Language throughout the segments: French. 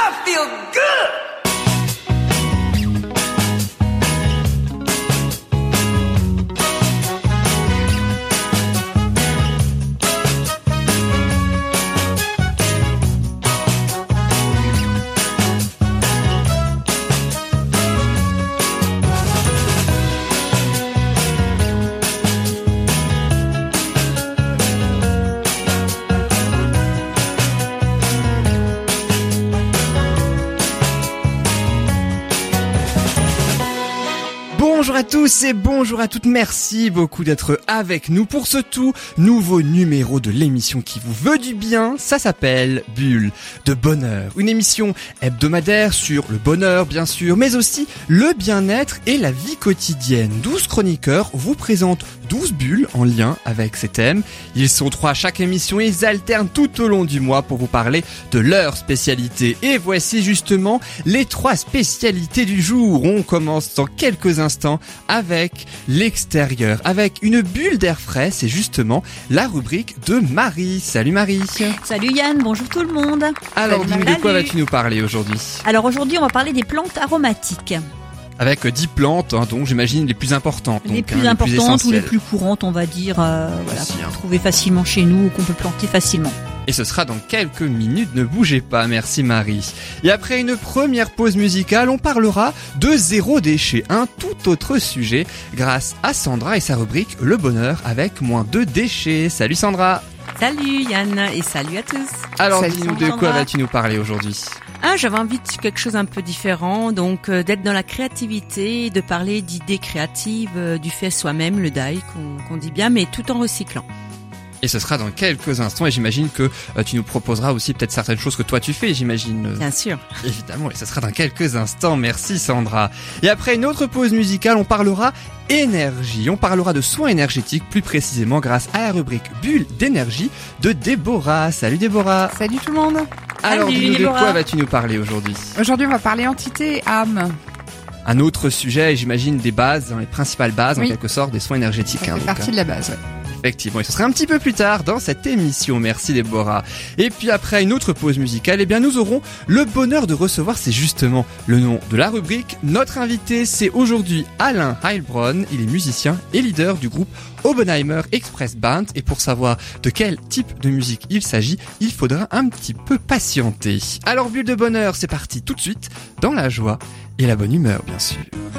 I feel good. Bonjour à tous et bonjour à toutes, merci beaucoup d'être avec nous pour ce tout nouveau numéro de l'émission qui vous veut du bien. Ça s'appelle Bulle de Bonheur, une émission hebdomadaire sur le bonheur bien sûr, mais aussi le bien-être et la vie quotidienne. 12 chroniqueurs vous présentent 12 bulles en lien avec ces thèmes. Ils sont 3 à chaque émission et ils alternent tout au long du mois pour vous parler de leur spécialité. Et voici justement les 3 spécialités du jour. On commence dans quelques instants avec l'extérieur, avec une bulle d'air frais. C'est justement la rubrique de Marie. Salut Marie. Salut Yann, bonjour tout le monde. Alors dis-nous, de quoi vas-tu nous parler aujourd'hui ? Alors aujourd'hui on va parler des plantes aromatiques. Avec 10 plantes, donc j'imagine les plus importantes. Les plus importantes ou les plus courantes, on va dire, voilà, qu'on peut trouver facilement chez nous ou qu'on peut planter facilement. Et ce sera dans quelques minutes, ne bougez pas, merci Marie. Et après une première pause musicale, on parlera de zéro déchet, un tout autre sujet, grâce à Sandra et sa rubrique Le Bonheur avec moins de déchets. Salut Sandra. Salut Yann et salut à tous. Alors dis-nous, de quoi vas-tu nous parler aujourd'hui ? J'avais envie de quelque chose un peu différent, donc d'être dans la créativité, de parler d'idées créatives, du fait soi-même, le DIY qu'on dit bien, mais tout en recyclant. Et ce sera dans quelques instants et j'imagine que tu nous proposeras aussi peut-être certaines choses que toi tu fais, j'imagine. Bien sûr. Évidemment, et ce sera dans quelques instants. Merci Sandra. Et après une autre pause musicale, on parlera énergie. On parlera de soins énergétiques, plus précisément grâce à la rubrique Bulle d'énergie de Déborah. Salut Déborah. Salut tout le monde. Alors dis-nous, de quoi vas-tu nous parler aujourd'hui ? Aujourd'hui on va parler entité âme. Un autre sujet, j'imagine des bases, les principales bases en quelque sorte des soins énergétiques. Ça fait partie de la base, ouais. Effectivement, et ce sera un petit peu plus tard dans cette émission. Merci Déborah. Et puis après une autre pause musicale, eh bien nous aurons le bonheur de recevoir, c'est justement le nom de la rubrique. Notre invité, c'est aujourd'hui Alain Heilbronn. Il est musicien et leader du groupe Oppenheimer Express Band. Et pour savoir de quel type de musique il s'agit, il faudra un petit peu patienter. Alors Bulle de Bonheur, c'est parti tout de suite dans la joie et la bonne humeur, bien sûr.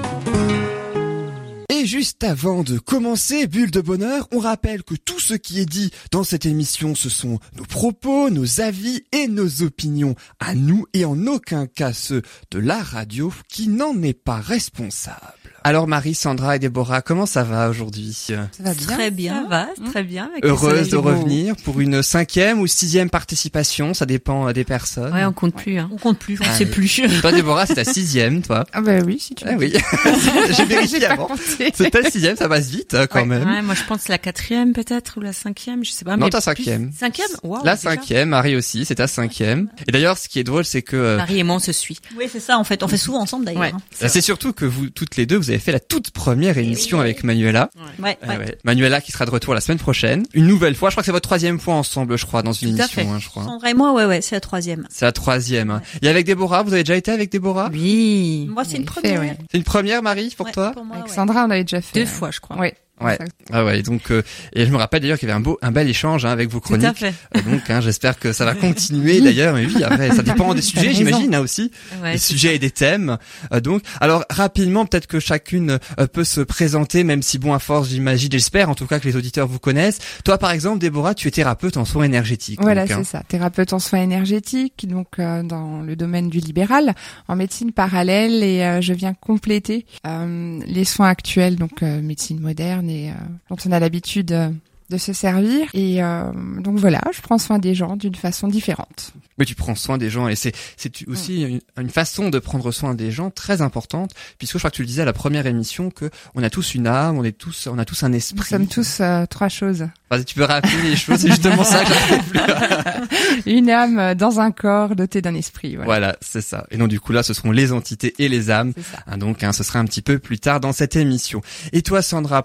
Et juste avant de commencer Bulle de Bonheur, on rappelle que tout ce qui est dit dans cette émission, ce sont nos propos, nos avis et nos opinions à nous et en aucun cas ceux de la radio qui n'en est pas responsable. Alors Marie, Sandra et Déborah, comment ça va aujourd'hui ? Ça va bien. Très bien. Ça va, très bien. Heureuse de revenir pour une 5e ou 6e participation, ça dépend des personnes. Ouais, on compte plus. Hein. On compte plus, on sait plus. Toi Déborah, c'est ta 6e, toi. Ah bah oui, si tu veux. Ah oui, j'ai vérifié avant. C'est ta 6e, ça passe vite quand même. Ouais, moi je pense la 4e peut-être ou la 5e, je sais pas. Non, ta 5e. 5e, wow, la 5e, Marie aussi, c'est ta 5e. Et d'ailleurs, ce qui est drôle, c'est que Marie et moi on se suit. Oui, c'est ça en fait, on fait souvent ensemble d'ailleurs. Ouais. C'est surtout que vous toutes les deux, vous avez fait la toute première émission avec Manuela. Ouais. Manuela qui sera de retour la semaine prochaine. Une nouvelle fois, je crois que c'est votre 3e fois ensemble, je crois, dans une émission, je crois. Sandra et moi, ouais, c'est la 3e. C'est la 3e. Ouais. Et avec Déborah, vous avez déjà été avec Déborah ? Oui. Moi, c'est une première. Ouais. C'est une première, Marie, pour toi ? Pour moi, Avec Sandra, on avait déjà fait 2 fois, je crois. Ouais. Ouais. Ah ouais, donc et je me rappelle d'ailleurs qu'il y avait un bel échange avec vos chroniques. Tout à fait. Donc j'espère que ça va continuer d'ailleurs, mais oui, après ça dépend des sujets, j'imagine aussi. Ouais, des sujets et des thèmes. Donc alors rapidement, peut-être que chacune peut se présenter, même si bon à force, j'imagine, j'espère en tout cas que les auditeurs vous connaissent. Toi par exemple, Déborah, tu es thérapeute en soins énergétiques. Voilà, donc, c'est ça, thérapeute en soins énergétiques, donc dans le domaine du libéral, en médecine parallèle, et je viens compléter les soins actuels, donc médecine moderne et dont on a l'habitude de se servir. Et donc voilà, je prends soin des gens d'une façon différente. Mais tu prends soin des gens et c'est aussi une façon de prendre soin des gens très importante, puisque je crois que tu le disais à la première émission que on a tous une âme, on a tous un esprit. Nous sommes tous 3 choses. Enfin, tu peux rappeler les choses, c'est justement ça que j'arrive plus. Une âme dans un corps doté d'un esprit. Voilà, c'est ça. Et donc du coup là, ce seront les entités et les âmes. Donc ce sera un petit peu plus tard dans cette émission. Et toi Sandra,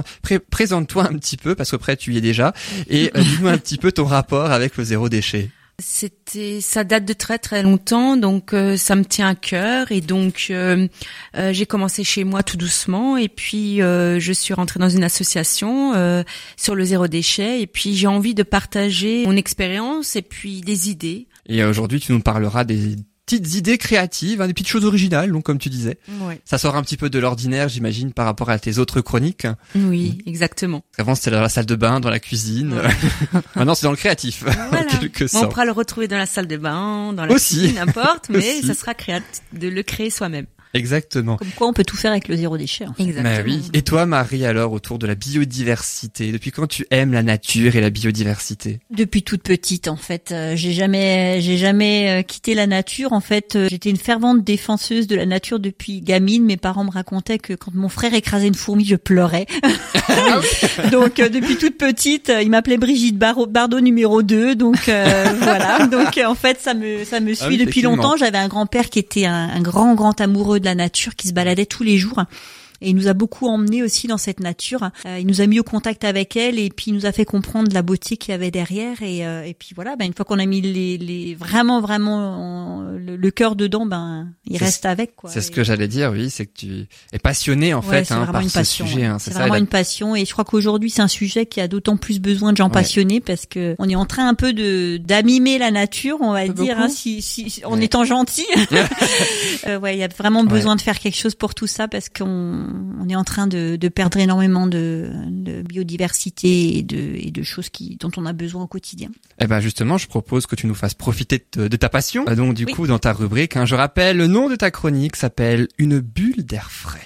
présente-toi un petit peu, parce qu'après tu y es déjà, et dis-nous un petit peu ton rapport avec le zéro déchet. Ça date de très très longtemps, donc ça me tient à cœur, et donc j'ai commencé chez moi tout doucement, et puis je suis rentrée dans une association sur le zéro déchet, et puis j'ai envie de partager mon expérience et puis des idées. Et aujourd'hui, tu nous parleras des petites idées créatives, des petites choses originales, donc comme tu disais. Ouais. Ça sort un petit peu de l'ordinaire, j'imagine, par rapport à tes autres chroniques. Oui, exactement. Avant, c'était dans la salle de bain, dans la cuisine. Ouais. Maintenant, c'est dans le créatif. Voilà. En quelque sorte. On pourra le retrouver dans la salle de bain, dans la cuisine, n'importe, mais ça sera de le créer soi-même. Exactement. Comme quoi on peut tout faire avec le zéro déchet. En fait. Exactement. Mais oui. Et toi, Marie, alors, autour de la biodiversité, depuis quand tu aimes la nature et la biodiversité? Depuis toute petite, en fait, j'ai jamais quitté la nature. En fait, j'étais une fervente défenseuse de la nature depuis gamine. Mes parents me racontaient que quand mon frère écrasait une fourmi, je pleurais. Donc, depuis toute petite, il m'appelait Brigitte Bardot numéro 2. Donc, voilà. Donc, en fait, ça me suit depuis longtemps. J'avais un grand-père qui était un grand amoureux de la nature, qui se baladait tous les jours. Et il nous a beaucoup emmenés aussi dans cette nature. Il nous a mis au contact avec elle, et puis il nous a fait comprendre la beauté qu'il y avait derrière. Et puis voilà, une fois qu'on a mis vraiment le cœur dedans, il reste avec, quoi. C'est ce que j'allais dire, oui, c'est que tu es passionné en fait par ce sujet. C'est vraiment une passion, et je crois qu'aujourd'hui c'est un sujet qui a d'autant plus besoin de gens passionnés, parce que on est en train un peu d'amimer la nature, on va dire, en étant gentil. Il y a vraiment besoin de faire quelque chose pour tout ça, parce qu'on est en train de perdre énormément de biodiversité et de choses dont on a besoin au quotidien. Eh ben justement, je propose que tu nous fasses profiter de ta passion. Donc du coup, dans ta rubrique, je rappelle, le nom de ta chronique s'appelle Une bulle d'air frais.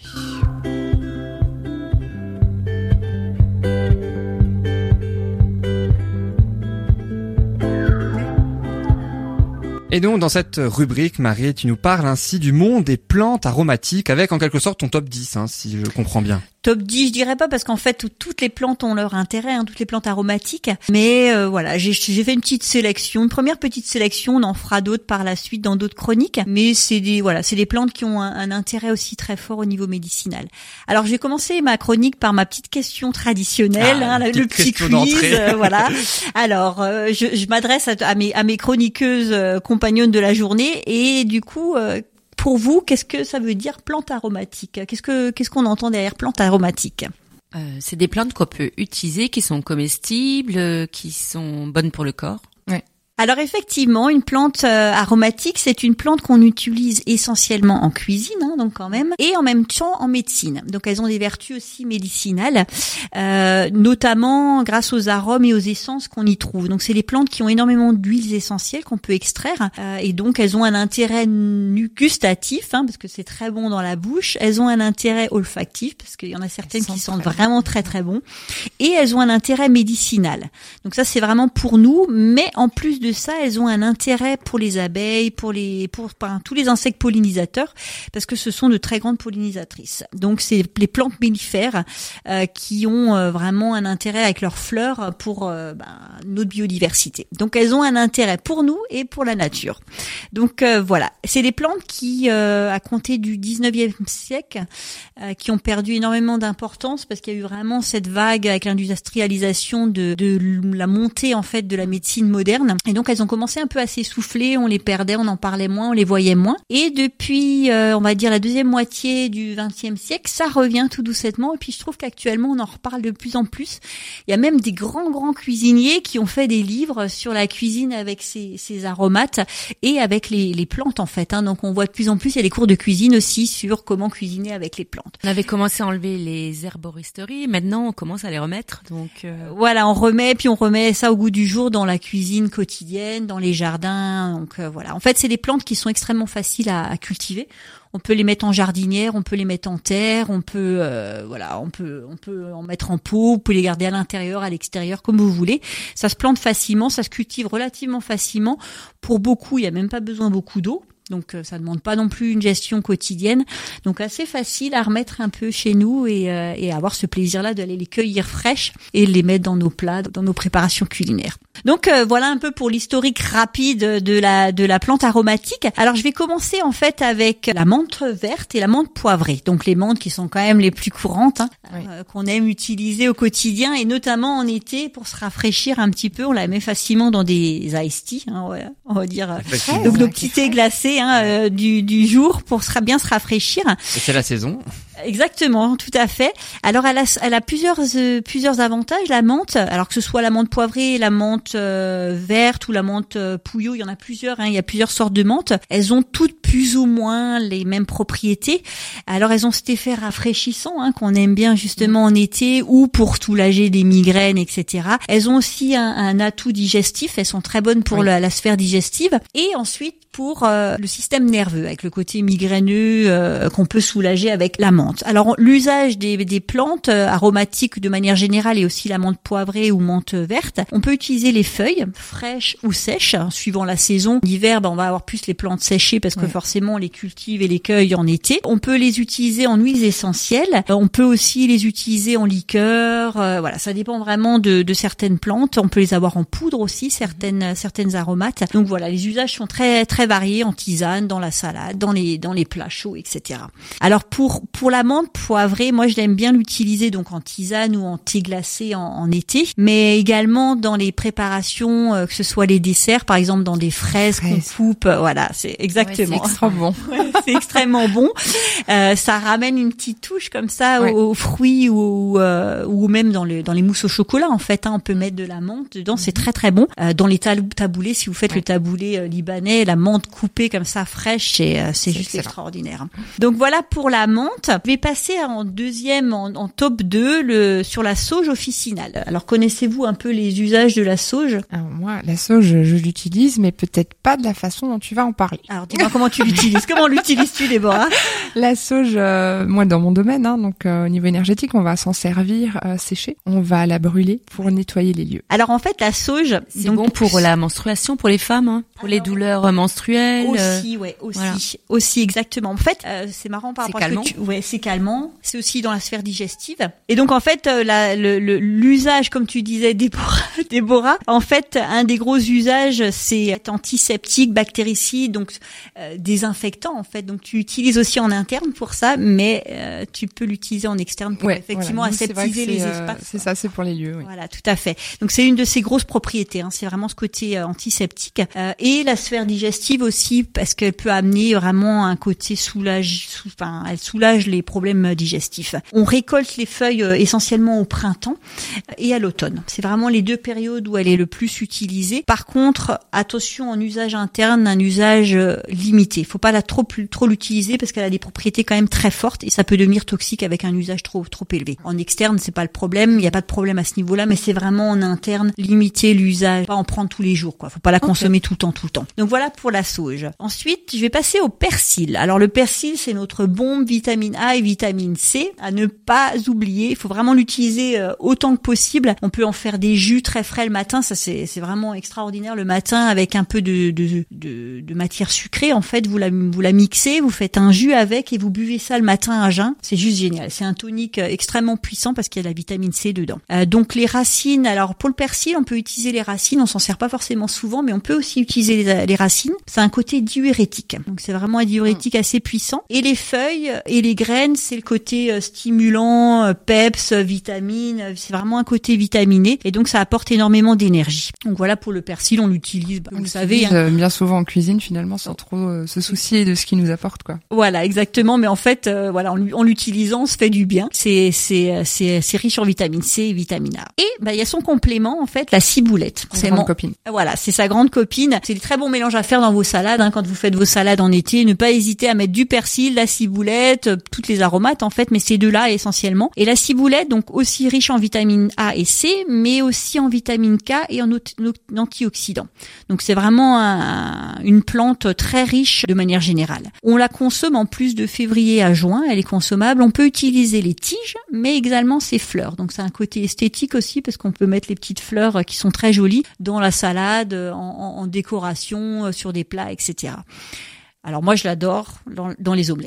Et donc, dans cette rubrique, Marie, tu nous parles ainsi du monde des plantes aromatiques, avec en quelque sorte ton top 10, si je comprends bien. Top 10, je dirais pas, parce qu'en fait toutes les plantes ont leur intérêt, toutes les plantes aromatiques. Mais voilà, j'ai fait une petite sélection, une première petite sélection. On en fera d'autres par la suite dans d'autres chroniques. Mais c'est des plantes qui ont un intérêt aussi très fort au niveau médicinal. Alors j'ai commencé ma chronique par ma petite question traditionnelle, le petit quiz. Voilà. Alors je m'adresse à mes chroniqueuses compagnonnes de la journée, et du coup. Pour vous, qu'est-ce que ça veut dire plante aromatique ? Qu'est-ce qu'on entend derrière plante aromatique ? C'est des plantes qu'on peut utiliser, qui sont comestibles, qui sont bonnes pour le corps. Ouais. Alors effectivement, une plante aromatique, c'est une plante qu'on utilise essentiellement en cuisine, donc quand même, et en même temps en médecine. Donc elles ont des vertus aussi médicinales, notamment grâce aux arômes et aux essences qu'on y trouve. Donc c'est des plantes qui ont énormément d'huiles essentielles qu'on peut extraire, et donc elles ont un intérêt gustatif, parce que c'est très bon dans la bouche. Elles ont un intérêt olfactif, parce qu'il y en a certaines qui sentent vraiment très très bon, et elles ont un intérêt médicinal. Donc ça c'est vraiment pour nous, mais en plus de ça, elles ont un intérêt pour les abeilles, pour tous les insectes pollinisateurs, parce que ce sont de très grandes pollinisatrices. Donc c'est les plantes mellifères qui ont vraiment un intérêt avec leurs fleurs pour notre biodiversité. Donc elles ont un intérêt pour nous et pour la nature. Donc voilà, c'est des plantes qui, à compter du 19e siècle, qui ont perdu énormément d'importance, parce qu'il y a eu vraiment cette vague avec l'industrialisation de la montée en fait de la médecine moderne. Et donc elles ont commencé un peu à s'essouffler, on les perdait, on en parlait moins, on les voyait moins. Et depuis, on va dire la deuxième moitié du 20e siècle, ça revient tout doucement. Et puis je trouve qu'actuellement on en reparle de plus en plus. Il y a même des grands cuisiniers qui ont fait des livres sur la cuisine avec ces aromates et avec les plantes en fait. Donc on voit de plus en plus, il y a des cours de cuisine aussi sur comment cuisiner avec les plantes. On avait commencé à enlever les herboristeries, maintenant on commence à les remettre. Donc voilà, on remet ça au goût du jour dans la cuisine quotidienne, dans les jardins. Donc voilà. En fait, c'est des plantes qui sont extrêmement faciles à cultiver. On peut les mettre en jardinière, on peut les mettre en terre, on peut en mettre en pot, on peut les garder à l'intérieur, à l'extérieur, comme vous voulez. Ça se plante facilement, ça se cultive relativement facilement. Pour beaucoup, il y a même pas besoin beaucoup d'eau. Donc ça demande pas non plus une gestion quotidienne. Donc assez facile à remettre un peu chez nous et avoir ce plaisir-là d'aller les cueillir fraîches et les mettre dans nos plats, dans nos préparations culinaires. Donc voilà un peu pour l'historique rapide de la plante aromatique. Alors je vais commencer en fait avec la menthe verte et la menthe poivrée. Donc les menthes qui sont quand même les plus courantes, qu'on aime utiliser au quotidien et notamment en été pour se rafraîchir un petit peu. On la met facilement dans des iced tea, on va dire. Donc nos petits thés glacés du jour pour bien se rafraîchir. Et c'est la saison. Exactement, tout à fait. Alors elle a plusieurs avantages, la menthe. Alors que ce soit la menthe poivrée, la menthe verte ou la menthe pouilleau, il y en a plusieurs. Il y a plusieurs sortes de menthe. Elles ont toutes plus ou moins les mêmes propriétés. Alors elles ont cet effet rafraîchissant qu'on aime bien justement en été ou pour soulager des migraines, etc. Elles ont aussi un atout digestif. Elles sont très bonnes pour la sphère digestive. Et ensuite pour le système nerveux, avec le côté migraineux qu'on peut soulager avec la menthe. Alors l'usage des plantes aromatiques de manière générale et aussi la menthe poivrée ou menthe verte, on peut utiliser les feuilles fraîches ou sèches, suivant la saison. L'hiver, on va avoir plus les plantes séchées parce que forcément on les cultive et les cueille en été. On peut les utiliser en huiles essentielles. On peut aussi les utiliser en liqueur. Voilà, ça dépend vraiment de certaines plantes. On peut les avoir en poudre aussi, certaines aromates. Donc voilà, les usages sont très très variés en tisane, dans la salade, dans les plats chauds, etc. Alors pour la menthe poivrée, moi je l'aime bien l'utiliser donc en tisane ou en thé glacé en été, mais également dans les préparations, que ce soit les desserts, par exemple dans des fraises qu'on coupe. Voilà, c'est exactement. C'est extra bon. C'est extrêmement bon. Ça ramène une petite touche comme ça aux fruits ou même dans les mousses au chocolat en fait. On peut mettre de la menthe dedans, c'est très très bon. Dans les taboulés, si vous faites le taboulé libanais, la menthe coupée comme ça fraîche, c'est juste extraordinaire. Donc voilà pour la menthe. Je vais passer en deuxième, en top 2, sur la sauge officinale. Alors connaissez-vous un peu les usages de la sauge? Alors moi, la sauge, je l'utilise, mais peut-être pas de la façon dont tu vas en parler. Alors dis-moi comment tu l'utilises. Comment l'utilises-tu, Déborah? La sauge, moi dans mon domaine, donc au niveau énergétique, on va s'en servir séchée. On va la brûler pour nettoyer les lieux. Alors en fait, la sauge, c'est donc bon pour la menstruation, pour les femmes, pour les douleurs menstruelles. Aussi, aussi exactement. En fait, c'est marrant par rapport à ce que c'est calmant. C'est aussi dans la sphère digestive. Et donc en fait, l'usage, comme tu disais, Déborah, en fait, un des gros usages, c'est être antiseptique, bactéricide, donc désinfectant en fait. Donc tu utilises aussi en interne pour ça, mais tu peux l'utiliser en externe pour effectivement aseptiser les espaces. C'est ça, c'est pour les lieux. Oui. Voilà, tout à fait. Donc c'est une de ses grosses propriétés. C'est vraiment ce côté antiseptique et la sphère digestive aussi parce qu'elle peut amener vraiment un côté elle soulage les problèmes digestifs. On récolte les feuilles essentiellement au printemps et à l'automne. C'est vraiment les deux périodes où elle est le plus utilisée. Par contre, attention en usage interne, un usage limité. Faut pas trop l'utiliser parce qu'elle a des propriétés quand même très fortes et ça peut devenir toxique avec un usage trop élevé. En externe, c'est pas le problème, il y a pas de problème à ce niveau-là, mais c'est vraiment en interne, limiter l'usage, pas en prendre tous les jours, quoi. Faut pas la consommer tout le temps. Donc voilà pour la sauge. Ensuite, je vais passer au persil. Alors le persil, c'est notre bombe vitamine A et vitamine C à ne pas oublier. Il faut vraiment l'utiliser autant que possible. On peut en faire des jus très frais le matin. Ça, c'est vraiment extraordinaire le matin avec un peu de matière sucrée. En fait, vous la mixez, vous faites un jus avec et vous buvez ça le matin à jeun. C'est juste génial. C'est un tonique extrêmement puissant parce qu'il y a de la vitamine C dedans. Donc les racines. Alors pour le persil, on peut utiliser les racines. On s'en sert pas forcément souvent, mais on peut aussi utiliser les racines. C'est un côté diurétique. Donc c'est vraiment un diurétique assez puissant. Et les feuilles et les graines, c'est le côté stimulant, peps, vitamine. C'est vraiment un côté vitaminé. Et donc ça apporte énormément d'énergie. Donc voilà pour le persil, on l'utilise. Vous savez, bien souvent en cuisine finalement sans trop se soucier de ce qu'il nous apporte, quoi. Voilà, exactement. Mais en fait, en l'utilisant, on se fait du bien. C'est riche en vitamine C et vitamine A. Et il y a son complément en fait, la ciboulette. C'est grande copine. Voilà, c'est sa grande copine. C'est des très bons mélanges à faire dans vos salades. Quand vous faites vos salades en été, ne pas hésiter à mettre du persil, la ciboulette, toutes les aromates en fait, mais ces deux-là essentiellement. Et la ciboulette, donc aussi riche en vitamine A et C, mais aussi en vitamine K et en antioxydants. Donc c'est vraiment une plante très riche de manière générale. On la consomme en plus de février à juin, elle est consommable. On peut utiliser les tiges, mais également ses fleurs. Donc c'est un côté esthétique aussi parce qu'on peut mettre les petites fleurs qui sont très jolies dans la salade, en décoration, sur des plats, etc. Alors moi je l'adore dans les omelettes.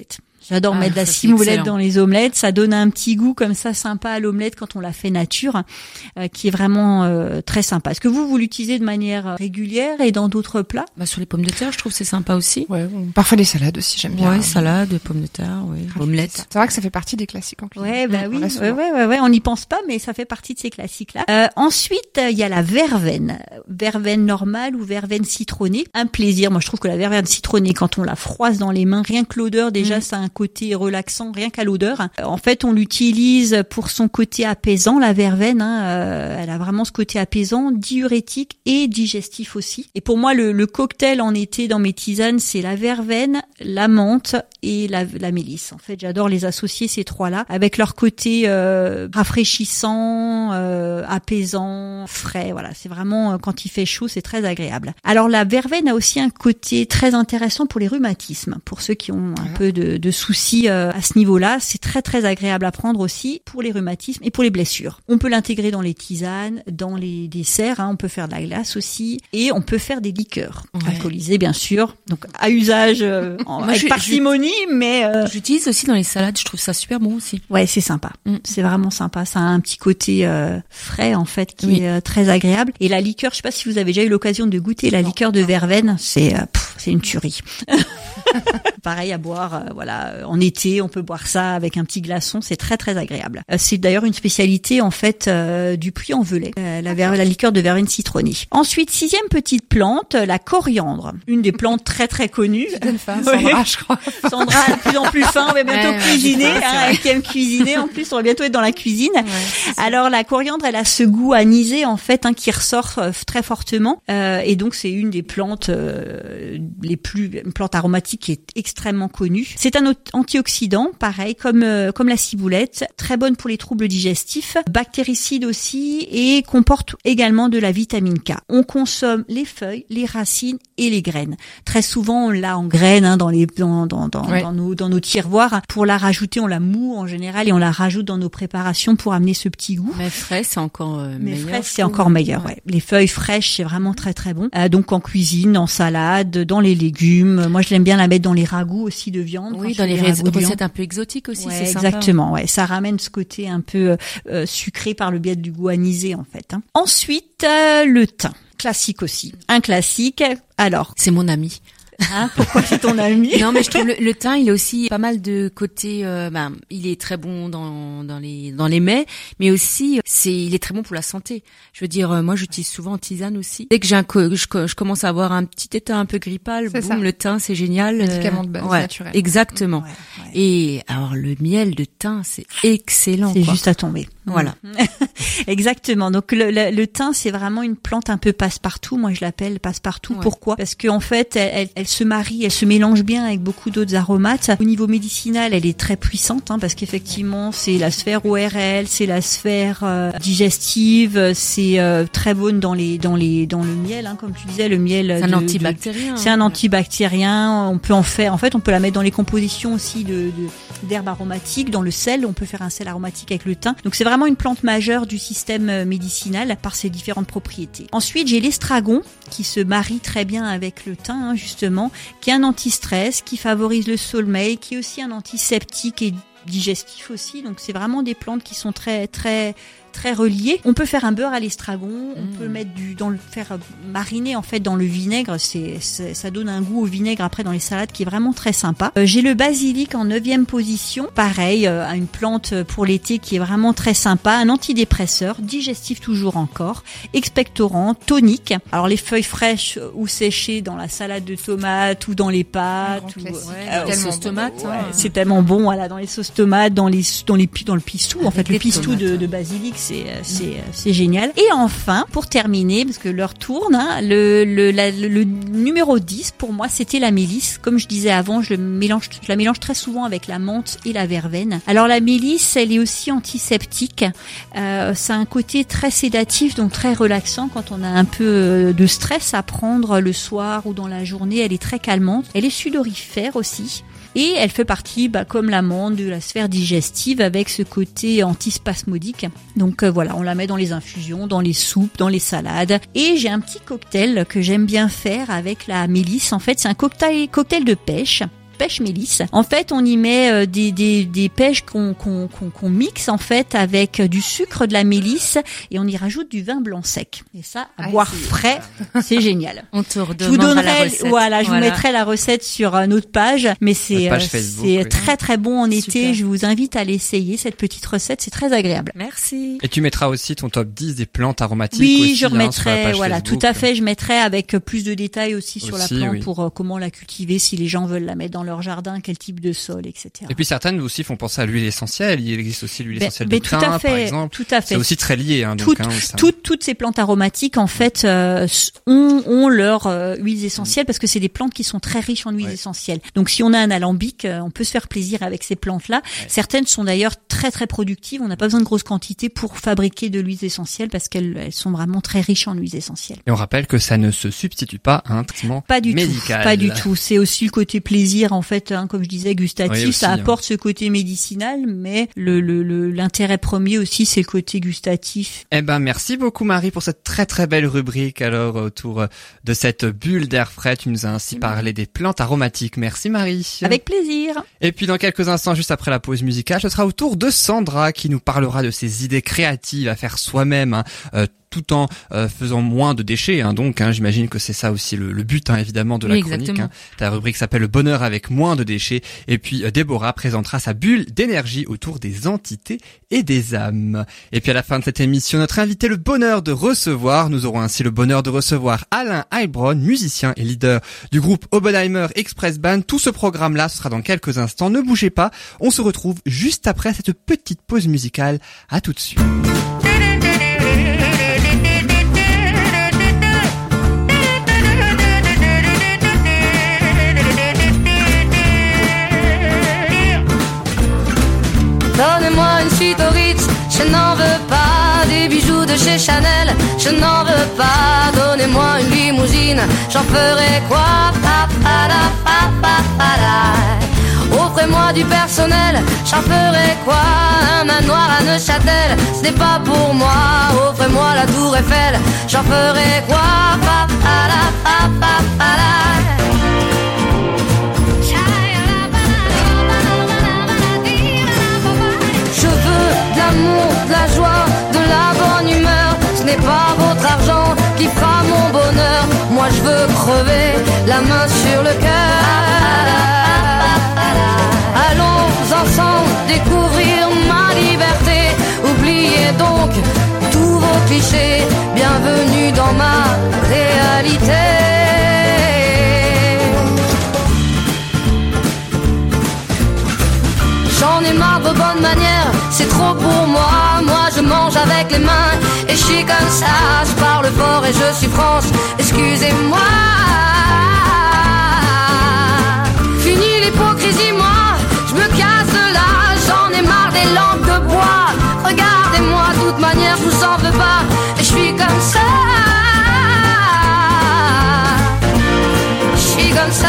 J'adore mettre de la ça, c'est ciboulette excellent. dans les omelettes. Ça donne un petit goût comme ça sympa à l'omelette quand on la fait nature, qui est vraiment très sympa. Est-ce que vous l'utilisez de manière régulière et dans d'autres plats? Bah, sur les pommes de terre, je trouve que c'est sympa aussi. Ouais, parfois les salades aussi, j'aime bien. Ouais, salade, pommes de terre, omelette. C'est vrai que ça fait partie des classiques en cuisine. Ouais, bah oui, On l'a souvent. ouais, on n'y pense pas, mais ça fait partie de ces classiques-là. Ensuite, il y a la verveine normale ou verveine citronnée. Un plaisir. Moi, je trouve que la verveine citronnée, quand on la froisse dans les mains, rien que l'odeur, déjà, ça a un côté relaxant, rien qu'à l'odeur. En fait, on l'utilise pour son côté apaisant, la verveine. Elle a vraiment ce côté apaisant, diurétique et digestif aussi. Et pour moi, le cocktail en été dans mes tisanes, c'est la verveine, la menthe et la mélisse. En fait, j'adore les associer ces trois-là avec leur côté rafraîchissant, apaisant, frais. Voilà, c'est vraiment quand il fait chaud, c'est très agréable. Alors la verveine a aussi un côté très intéressant pour les rhumatismes. Pour ceux qui ont un peu de soucis à ce niveau-là, c'est très très agréable à prendre aussi pour les rhumatismes et pour les blessures. On peut l'intégrer dans les tisanes, dans les desserts. On peut faire de la glace aussi et on peut faire des liqueurs alcoolisées bien sûr. Donc à usage avec parcimonie, mais j'utilise aussi dans les salades. Je trouve ça super bon aussi. Ouais, c'est sympa. C'est vraiment sympa. Ça a un petit côté frais en fait qui est très agréable. Et la liqueur, je sais pas si vous avez déjà eu l'occasion de goûter la liqueur de verveine, c'est une tuerie. Pareil à boire, en été, on peut boire ça avec un petit glaçon, c'est très très agréable. C'est d'ailleurs une spécialité en fait du Puy-en-Velay, la liqueur de verveine citronnée. Ensuite, 6e petite plante, la coriandre, une des plantes très très connues. Sandra, je crois. Sandra, de plus en plus fin, on va bientôt cuisiner, elle qui aime cuisiner. En plus, on va bientôt être dans la cuisine. Alors la coriandre, elle a ce goût anisé en fait, qui ressort très fortement, et donc c'est une des plantes une plante aromatique qui est extrêmement connue. C'est un antioxydant, pareil comme la ciboulette, très bonne pour les troubles digestifs, bactéricide aussi et comporte également de la vitamine K. On consomme les feuilles, les racines et les graines. Très souvent, on l'a en graines dans nos tiroirs. Pour la rajouter, on la moue en général et on la rajoute dans nos préparations pour amener ce petit goût. Mais frais, c'est encore meilleur. Mais frais, c'est encore meilleur. Ouais. Les feuilles fraîches, c'est vraiment très très bon. Donc en cuisine, en salade, dans les légumes. Moi, je l'aime bien la mettre dans les ragoûts aussi de viande. Oui, dans les recettes un peu exotiques aussi, c'est sympa. Exactement, ouais. Ça ramène ce côté un peu sucré par le biais du goût anisé, en fait. Ensuite, le thym. Classique aussi. Un classique. Alors. C'est mon ami. Pourquoi c'est ton ami? Non, mais je trouve le thym, il a aussi pas mal de côté. Il est très bon dans les mets, mais aussi il est très bon pour la santé. Je veux dire, moi, j'utilise souvent en tisane aussi. Dès que je commence à avoir un petit état un peu grippal, le thym, c'est génial. Médicament de base naturel. Exactement. Ouais. Et alors le miel de thym, c'est excellent. C'est juste à tomber. Voilà. Exactement. Donc le thym, c'est vraiment une plante un peu passe-partout. Moi, je l'appelle passe-partout. Ouais. Pourquoi? Parce qu'en fait, elle se marie, elle se mélange bien avec beaucoup d'autres aromates. Au niveau médicinal, elle est très puissante, parce qu'effectivement, c'est la sphère ORL, c'est la sphère digestive, c'est très bonne dans le miel, comme tu disais, le miel. C'est un antibactérien. C'est un antibactérien. On peut on peut la mettre dans les compositions aussi d'herbes aromatiques, dans le sel. On peut faire un sel aromatique avec le thym. Donc c'est vraiment une plante majeure du système médicinal par ses différentes propriétés. Ensuite, j'ai l'estragon qui se marie très bien avec le thym, justement, qui est un anti-stress, qui favorise le sommeil, qui est aussi un antiseptique et digestif aussi. Donc c'est vraiment des plantes qui sont très très très reliées. On peut faire un beurre à l'estragon, on peut mettre faire mariner en fait dans le vinaigre, ça donne un goût au vinaigre après dans les salades qui est vraiment très sympa. J'ai le basilic en 9e position, pareil, une plante pour l'été qui est vraiment très sympa, un antidépresseur, digestif toujours encore, expectorant, tonique. Alors les feuilles fraîches ou séchées dans la salade de tomates ou dans les pâtes les sauces tomates, c'est tellement bon, voilà, dans les sauces tomates, dans le pistou, en fait le pistou de basilic, c'est génial. Et enfin, pour terminer, parce que l'heure tourne, le numéro 10 pour moi, c'était la mélisse. Comme je disais avant, je la mélange très souvent avec la menthe et la verveine. Alors la mélisse, elle est aussi antiseptique. Ça a un côté très sédatif, donc très relaxant quand on a un peu de stress à prendre le soir ou dans la journée. Elle est très calmante. Elle est sudorifère aussi. Et elle fait partie, comme l'amande, de la sphère digestive avec ce côté antispasmodique. Donc voilà, on la met dans les infusions, dans les soupes, dans les salades. Et j'ai un petit cocktail que j'aime bien faire avec la mélisse. En fait, c'est un cocktail de pêche. pêche mélisse. En fait, on y met des pêches qu'on mixe en fait avec du sucre de la mélisse et on y rajoute du vin blanc sec. Et ça, à boire frais, c'est génial. On te Je vous donnerai la recette. je vous mettrai la recette sur notre page, mais c'est très très bon en été. Super. Je vous invite à l'essayer cette petite recette, c'est très agréable. Merci. Et tu mettras aussi ton top 10 des plantes aromatiques Oui, aussi, je remettrai, sur la page voilà, Facebook. tout à fait. Je mettrai avec plus de détails aussi sur la Aussi, plante oui. pour comment la cultiver, si les gens veulent la mettre dans leur jardin, quel type de sol, etc. Et puis certaines aussi font penser à l'huile essentielle. Il existe aussi l'huile essentielle Mais du thym, par exemple. tout à fait. C'est aussi très lié. Hein, donc, ça. Toutes ces plantes aromatiques en fait ont leur huiles essentielles parce que c'est des plantes qui sont très riches en huiles essentielles. Donc si on a un alambic, on peut se faire plaisir avec ces plantes-là. Ouais. Certaines sont d'ailleurs très très productives. On n'a pas besoin de grosses quantités pour fabriquer de l'huile essentielle parce qu'elles sont vraiment très riches en huiles essentielles. Et on rappelle que ça ne se substitue pas à un traitement médical. Pas du tout. C'est aussi le côté plaisir en fait, hein, comme je disais, gustatif. Oui, aussi, ça apporte ce côté médicinal, mais l'intérêt premier aussi, c'est le côté gustatif. Eh ben, merci beaucoup Marie pour cette très très belle rubrique. Alors autour de cette bulle d'air frais, tu nous as ainsi parlé des plantes aromatiques. Merci Marie. Avec plaisir. Et puis dans quelques instants, juste après la pause musicale, ce sera au tour de Sandra qui nous parlera de ses idées créatives à faire soi-même, tout en faisant moins de déchets. Donc, j'imagine que c'est ça aussi le but, évidemment, de la chronique. Ta rubrique s'appelle Le bonheur avec moins de déchets. Et puis Déborah présentera sa bulle d'énergie autour des entités et des âmes. Et puis à la fin de cette émission, notre invité le bonheur de recevoir. Nous aurons ainsi le bonheur de recevoir Alain Heilbronn, musicien et leader du groupe Oppenheimer Express Band. Tout ce programme-là, ce sera dans quelques instants. Ne bougez pas. On se retrouve juste après cette petite pause musicale. À tout de suite. Donnez-moi une suite au Ritz, je n'en veux pas. Des bijoux de chez Chanel, je n'en veux pas. Donnez-moi une limousine, j'en ferai quoi? Offrez-moi du personnel, j'en ferai quoi? Un manoir à Neuchâtel, ce n'est pas pour moi. Offrez-moi la tour Eiffel, j'en ferai quoi? Je veux de l'amour, de la joie, de la bonne humeur. Ce n'est pas votre argent qui fera mon bonheur. Moi je veux crever la main sur le cœur. Allons ensemble découvrir ma liberté. Oubliez donc tous vos clichés. Bienvenue dans ma réalité. J'en ai marre de bonnes manières, c'est trop pour moi. Moi je mange avec les mains et je suis comme ça. Je parle fort et je suis France, excusez-moi. Fini l'hypocrisie, moi, je me casse de là. J'en ai marre des lampes de bois. Regardez-moi, de toute manière je vous en veux pas. Et je suis comme ça. Je suis comme ça.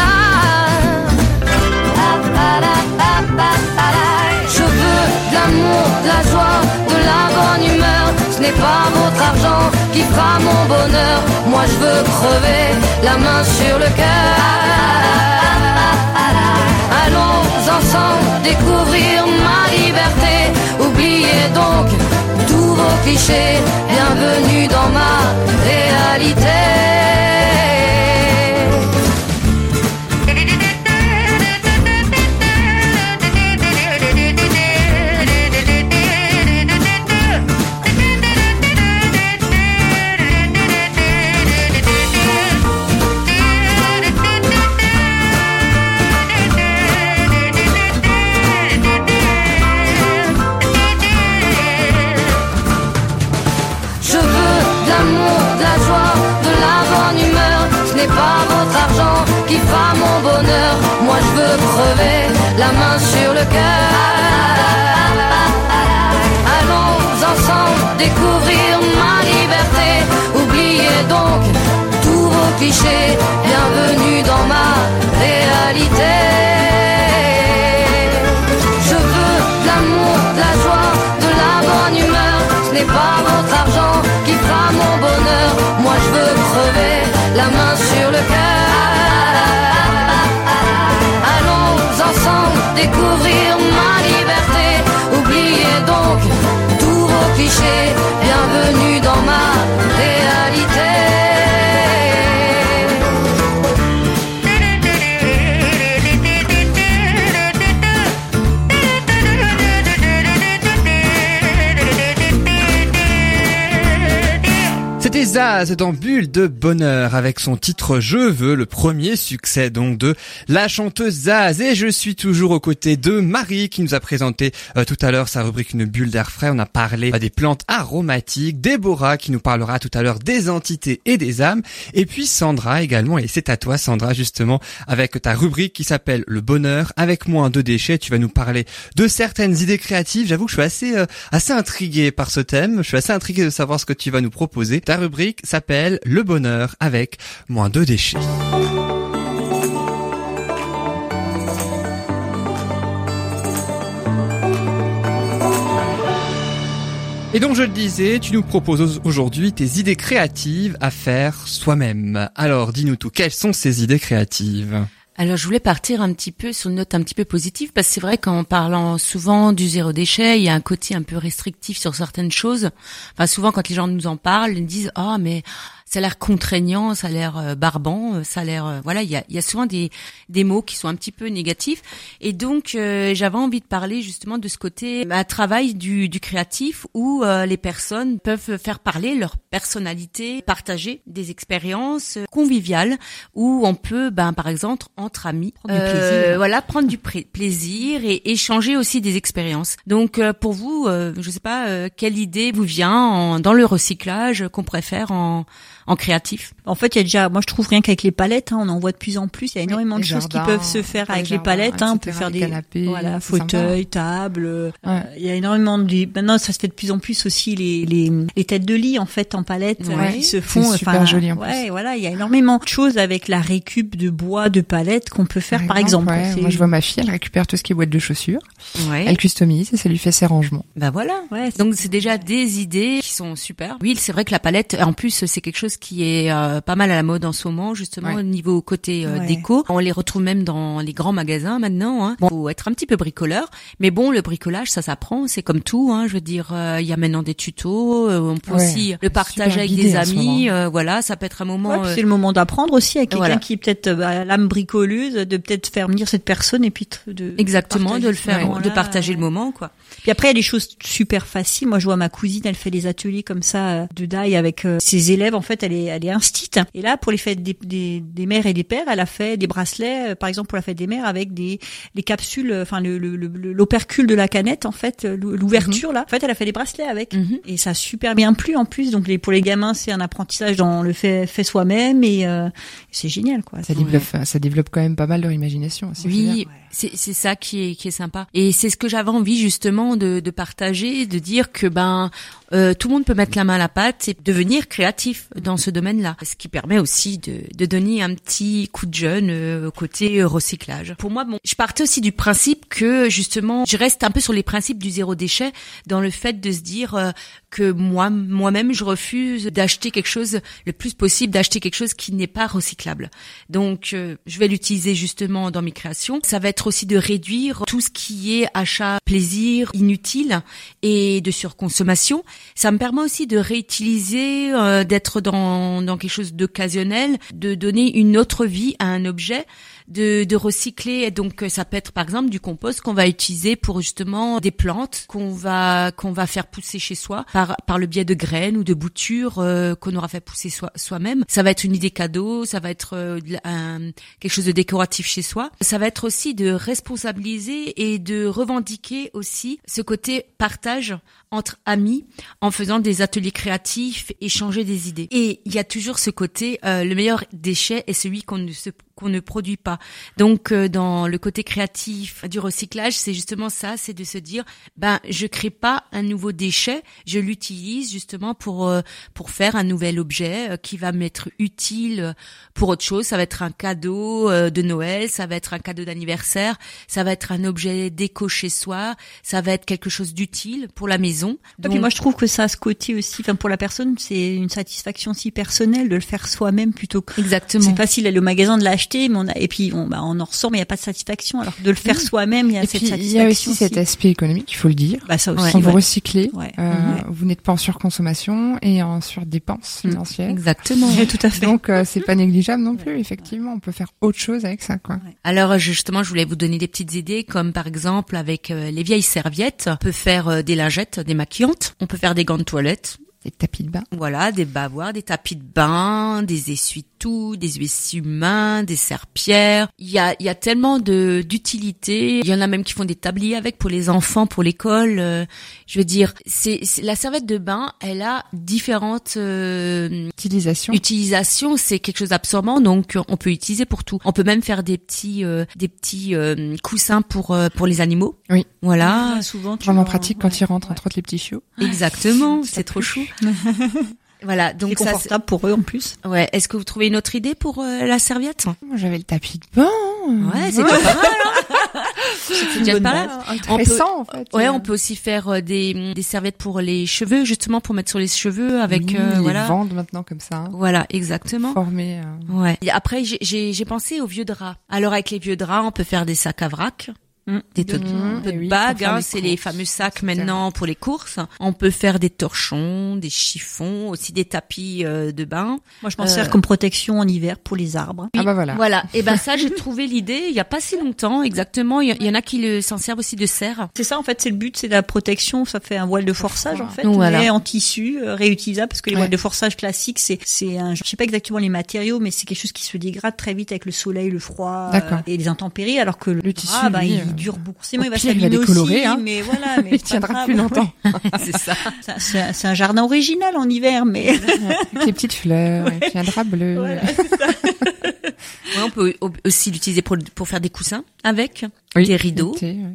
Je veux de l'amour, de la joie, de la bonne humeur. Ce n'est pas votre argent qui fera mon bonheur. Moi je veux crever la main sur le cœur. Allons ensemble découvrir ma liberté. Oubliez donc tous vos clichés. Bienvenue dans ma réalité. Pas votre argent qui fera mon bonheur. Moi je veux crever la main sur le cœur. Allons ensemble découvrir ma liberté. Oubliez donc tous vos clichés. Bienvenue dans ma réalité. Je veux de l'amour, de la joie, de la bonne humeur. Ce n'est pas votre argent qui fera mon bonheur. Moi je veux crever la main sur le cœur. Allons Zaz dans Bulle de Bonheur avec son titre Je veux, le premier succès donc de la chanteuse Zaz. Et je suis toujours aux côtés de Marie qui nous a présenté tout à l'heure sa rubrique Une bulle d'air frais. On a parlé des plantes aromatiques, Déborah qui nous parlera tout à l'heure des entités et des âmes, et puis Sandra également. Et c'est à toi Sandra justement avec ta rubrique qui s'appelle Le bonheur avec moins de déchets. Tu vas nous parler de certaines idées créatives. J'avoue que je suis assez intrigué par ce thème. Je suis assez intrigué de savoir ce que tu vas nous proposer. Ta rubrique s'appelle Le bonheur avec moins de déchets. Et donc je le disais, tu nous proposes aujourd'hui tes idées créatives à faire soi-même. Alors dis-nous tout, quelles sont ces idées créatives ? Alors, je voulais partir un petit peu sur une note un petit peu positive, parce que c'est vrai qu'en parlant souvent du zéro déchet, il y a un côté un peu restrictif sur certaines choses. Enfin, souvent, quand les gens nous en parlent, ils disent « Ah, mais ça a l'air contraignant, ça a l'air barbant, ça a l'air... Voilà, il y a souvent des mots qui sont un petit peu négatifs. Et donc, j'avais envie de parler justement de ce côté travail du créatif où les personnes peuvent faire parler leur personnalité, partager des expériences conviviales où on peut, par exemple, entre amis, prendre du plaisir. Voilà, prendre du plaisir et échanger aussi des expériences. Donc, pour vous, je sais pas quelle idée vous vient dans le recyclage qu'on pourrait faire en créatif. En fait, il y a déjà, moi je trouve rien qu'avec les palettes, on en voit de plus en plus. Il y a énormément de choses qui peuvent se faire avec les palettes. On peut faire des canapés, fauteuils, tables. Il y a énormément maintenant ça se fait de plus en plus aussi les têtes de lit en fait en palette qui se font. C'est super joli en plus. Ouais, voilà, il y a énormément de choses avec la récup de bois, de palettes qu'on peut faire par exemple. Moi je vois ma fille, elle récupère tout ce qui est boîte de chaussures. Ouais. Elle customise et ça lui fait ses rangements. Voilà. Ouais, donc c'est déjà des idées qui sont super. Oui, c'est vrai que la palette, en plus, c'est quelque chose qui est pas mal à la mode en ce moment, justement au niveau côté déco. On les retrouve même dans les grands magasins maintenant. Hein. Bon, faut être un petit peu bricoleur, mais bon, le bricolage, ça s'apprend. C'est comme tout. Hein. Je veux dire, il y a maintenant des tutos. On peut aussi le partager avec des amis. Voilà, ça peut être un moment. C'est le moment d'apprendre aussi avec quelqu'un qui est peut-être l'âme bricoleuse, de peut-être faire venir cette personne et puis exactement de le faire, de partager le moment, quoi. Puis après, il y a des choses super faciles. Moi, je vois ma cousine, elle fait des ateliers comme ça de die avec ses élèves. En fait, elle est instite. Et là, pour les fêtes des mères et des pères, elle a fait des bracelets, par exemple pour la fête des mères, avec les capsules, enfin l'opercule de la canette, en fait, l'ouverture là. En fait, elle a fait des bracelets avec. Et ça a super bien plu en plus. Donc pour les gamins, c'est un apprentissage dans le fait soi-même et c'est génial, quoi. Ça développe quand même pas mal leur imagination aussi. Oui. C'est ça qui est sympa. Et c'est ce que j'avais envie justement de partager, de dire que tout le monde peut mettre la main à la pâte et devenir créatif dans ce domaine-là. Ce qui permet aussi de donner un petit coup de jeune au côté recyclage. Pour moi, je partais aussi du principe que justement, je reste un peu sur les principes du zéro déchet dans le fait de se dire que moi-même, je refuse d'acheter quelque chose, le plus possible, d'acheter quelque chose qui n'est pas recyclable. Donc, je vais l'utiliser justement dans mes créations. Ça va être aussi de réduire tout ce qui est achat plaisir inutile et de surconsommation. Ça me permet aussi de réutiliser, d'être dans quelque chose d'occasionnel, de donner une autre vie à un objet, de recycler. Donc ça peut être par exemple du compost qu'on va utiliser pour justement des plantes qu'on va faire pousser chez soi par le biais de graines ou de boutures qu'on aura fait pousser soi-même. Ça va être une idée cadeau, ça va être quelque chose de décoratif chez soi. Ça va être aussi de responsabiliser et de revendiquer aussi ce côté partage entre amis en faisant des ateliers créatifs, échanger des idées. Et il y a toujours ce côté, le meilleur déchet est celui qu'on ne produit pas. Donc dans le côté créatif du recyclage, c'est justement ça, c'est de se dire je crée pas un nouveau déchet, je l'utilise justement pour faire un nouvel objet qui va m'être utile pour autre chose. Ça va être un cadeau de Noël, ça va être un cadeau d'anniversaire, ça va être un objet déco chez soi, ça va être quelque chose d'utile pour la maison. Donc, et puis moi je trouve que ça a ce côté aussi, pour la personne, c'est une satisfaction si personnelle de le faire soi-même plutôt que exactement. C'est facile d'aller au magasin de l'acheter, mais on en ressort, mais il y a pas de satisfaction. Alors que de le faire soi-même, il y a cette satisfaction. Il y a aussi cet aspect économique, il faut le dire. Ça aussi. Quand vous recyclez, vous n'êtes pas en surconsommation et en surdépense financière. Exactement. Tout à fait. Donc c'est pas négligeable non plus. Effectivement, on peut faire autre chose avec ça, quoi. Alors justement, je voulais vous donner des petites idées, comme par exemple avec les vieilles serviettes, on peut faire des lingettes, des maquillantes, on peut faire des gants de toilette. Des tapis de bain. Voilà, des bavoirs, des tapis de bain, des essuie-tout, des essuie-mains, des serpillères. Il y a tellement d'utilité. Il y en a même qui font des tabliers avec pour les enfants, pour l'école. Je veux dire, c'est la serviette de bain, elle a différentes utilisations. C'est quelque chose d'absorbant, donc on peut utiliser pour tout. On peut même faire des petits coussins pour les animaux. Oui. Voilà. Souvent, Vraiment pratique quand ils rentrent entre autres les petits chiots. Exactement, c'est trop chou. Voilà, donc c'est confortable pour eux en plus. Ouais. Est-ce que vous trouvez une autre idée pour la serviette? Moi, j'avais le tapis de bain. Ouais, c'est pas mal. Hein. C'est déjà pas mal. Intéressant, en fait. Ouais, on peut aussi faire des serviettes pour les cheveux, justement pour mettre sur les cheveux avec voilà. Ils vendent maintenant comme ça. Hein. Voilà, exactement. Formés. Ouais. Et après, j'ai pensé aux vieux draps. Alors avec les vieux draps, on peut faire des sacs à vrac. Des tote bags, hein, c'est les fameux sacs maintenant pour les courses. On peut faire des torchons, des chiffons, aussi des tapis de bain. Moi, je m'en sers comme protection en hiver pour les arbres. Ah bah voilà. Voilà. Et ben ça, j'ai trouvé l'idée il y a pas si longtemps, exactement. Il y en a qui s'en servent aussi de serre. C'est ça, en fait, c'est le but, c'est la protection. Ça fait un voile de forçage, en fait, voilà. mais en tissu réutilisable, parce que les voiles de forçage classiques, c'est je sais pas exactement les matériaux, mais c'est quelque chose qui se dégrade très vite avec le soleil, le froid et les intempéries, alors que le tissu, il dure beaucoup. C'est moi, il va s'abîmer aussi, hein. Mais voilà, mais il tiendra plus longtemps. C'est ça. C'est un jardin original en hiver, mais avec les petites fleurs, et puis un drap bleu. Voilà, c'est ça. Ouais, on peut aussi l'utiliser pour faire des coussins avec, oui, des rideaux,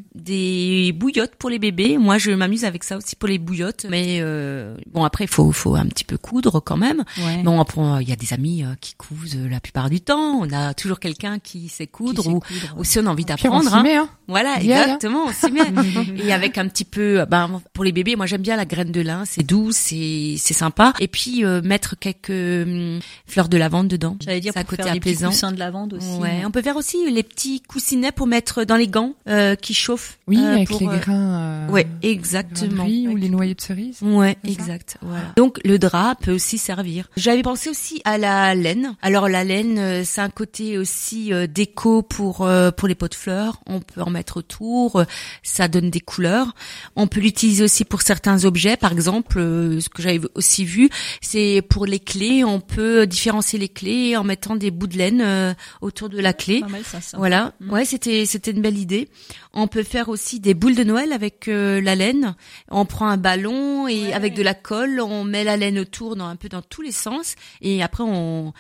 des bouillottes pour les bébés. Moi, je m'amuse avec ça aussi pour les bouillottes. Mais bon, après, il faut un petit peu coudre quand même. Ouais. Bon, il y a des amis qui cousent la plupart du temps. On a toujours quelqu'un qui sait coudre ou si on a envie d'apprendre. On s'y met, hein. Voilà, exactement, on s'y met. Et avec un petit peu, pour les bébés, moi j'aime bien la graine de lin. C'est doux, c'est sympa. Et puis mettre quelques fleurs de lavande dedans. J'allais dire ça pour côté faire des petits apaisant. coussins de lavande aussi. Ouais, on peut faire aussi les petits coussinets pour mettre dans les gants qui chauffent. Oui, avec les grains. Ouais, exactement. Ou les noyaux de cerise. Ouais, exact. Voilà. Donc le drap peut aussi servir. J'avais pensé aussi à la laine. Alors la laine, c'est un côté aussi déco pour les pots de fleurs. On peut en mettre autour. Ça donne des couleurs. On peut l'utiliser aussi pour certains objets. Par exemple, ce que j'avais aussi vu, c'est pour les clés. On peut différencier les clés en mettant des bouts de laine autour de la clé. Pas mal, ça. Voilà. Ouais, c'était une belle idée. On peut faire aussi des boules de Noël avec la laine. On prend un ballon et avec de la colle, on met la laine autour un peu dans tous les sens et après on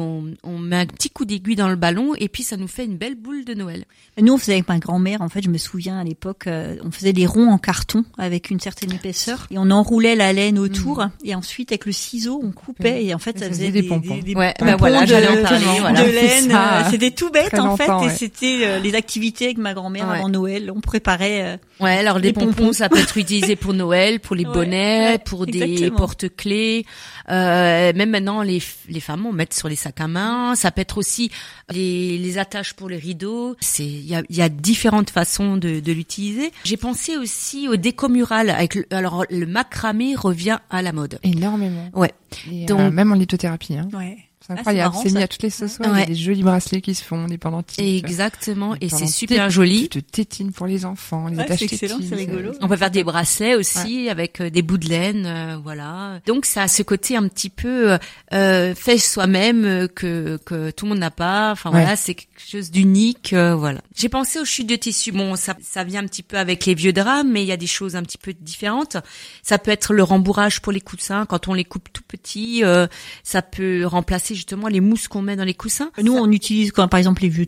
met un petit coup d'aiguille dans le ballon et puis ça nous fait une belle boule de Noël. Nous, on faisait avec ma grand-mère, en fait, je me souviens à l'époque, on faisait des ronds en carton avec une certaine épaisseur et on enroulait la laine autour et ensuite avec le ciseau, on coupait et en fait ça faisait des pompons. Ouais, voilà, j'allais en parler, voilà. De laine. C'était tout bête en fait longtemps, et c'était les activités avec ma grand-mère avant Noël. On préparait. Ouais, alors des pompons, ça peut être utilisé pour Noël, pour les bonnets, pour des porte-clés. Même maintenant, les femmes on met sur les sacs à main. Ça peut être aussi les attaches pour les rideaux. Il y a différentes façons de l'utiliser. J'ai pensé aussi au déco mural alors le macramé revient à la mode. Énormément. Ouais. Et donc même en lithothérapie, hein. Ouais. C'est incroyable, c'est mis à toutes les sauces. Il y a des jolis bracelets qui se font, des pendentifs. Exactement, et c'est super joli. De tétines pour les enfants, les attaches tétines. C'est excellent, c'est rigolo. On peut faire des bracelets aussi avec des bouts de laine, voilà. Donc ça a ce côté un petit peu fait soi-même que tout le monde n'a pas. Enfin voilà, c'est quelque chose d'unique, voilà. J'ai pensé aux chutes de tissu. Bon, ça vient un petit peu avec les vieux draps, mais il y a des choses un petit peu différentes. Ça peut être le rembourrage pour les coussins quand on les coupe tout petits. Ça peut remplacer justement les mousses qu'on met dans les coussins. Nous, on utilise quand par exemple les vieux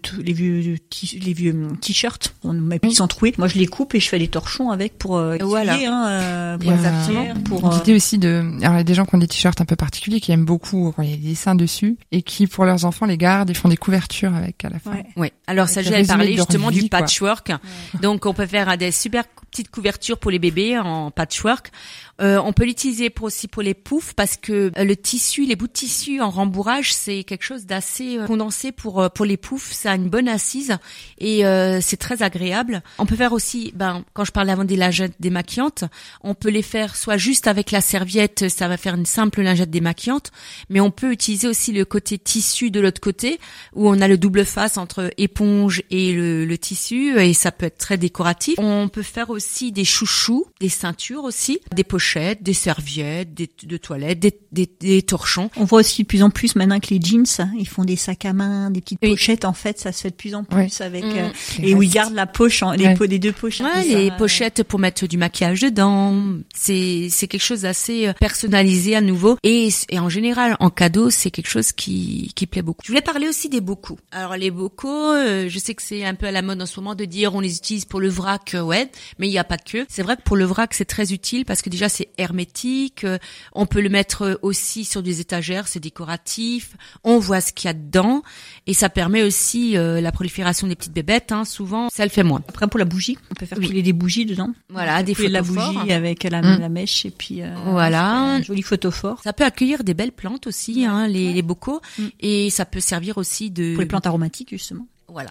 t-shirts, on met plus sans trouer. Moi, je les coupe et je fais des torchons avec pour voilà. Exactement. L'idée aussi alors il y a des gens qui ont des t-shirts un peu particuliers qui aiment beaucoup quand il y a des dessins dessus et qui pour leurs enfants les gardent et font des couvertures avec à la fin. Ouais. Alors ça, j'allais parler justement du patchwork. Ouais. Donc on peut faire des super petites couvertures pour les bébés en patchwork. On peut l'utiliser aussi pour les poufs parce que le tissu, les bouts de tissu en rembourrage, c'est quelque chose d'assez condensé pour les poufs. Ça a une bonne assise et c'est très agréable. On peut faire aussi, quand je parlais avant des lingettes démaquillantes, on peut les faire soit juste avec la serviette, ça va faire une simple lingette démaquillante, mais on peut utiliser aussi le côté tissu de l'autre côté où on a le double 2 faces entre éponge et le tissu, et ça peut être très décoratif. On peut faire aussi aussi des chouchous, des ceintures aussi, des pochettes, des serviettes, de toilettes, des torchons. On voit aussi de plus en plus maintenant que les jeans, ils font des sacs à main, des petites pochettes. En fait, ça se fait de plus en plus avec et où ils gardent la poche, les deux poches. Ouais, les pochettes pour mettre du maquillage dedans. C'est quelque chose d'assez personnalisé à nouveau et en général en cadeau, c'est quelque chose qui plaît beaucoup. Je voulais parler aussi des bocaux. Alors les bocaux, je sais que c'est un peu à la mode en ce moment de dire on les utilise pour le vrac, mais il y a pas que. C'est vrai que pour le vrac, c'est très utile parce que déjà c'est hermétique, on peut le mettre aussi sur des étagères, c'est décoratif, on voit ce qu'il y a dedans et ça permet aussi la prolifération des petites bébêtes, souvent ça le fait moins. Après pour la bougie, on peut faire couler des bougies dedans. Voilà, des photophores. La bougie avec la mèche et puis voilà, un joli photophore. Ça peut accueillir des belles plantes aussi, les bocaux, et ça peut servir aussi de... Pour les plantes aromatiques, justement. Voilà.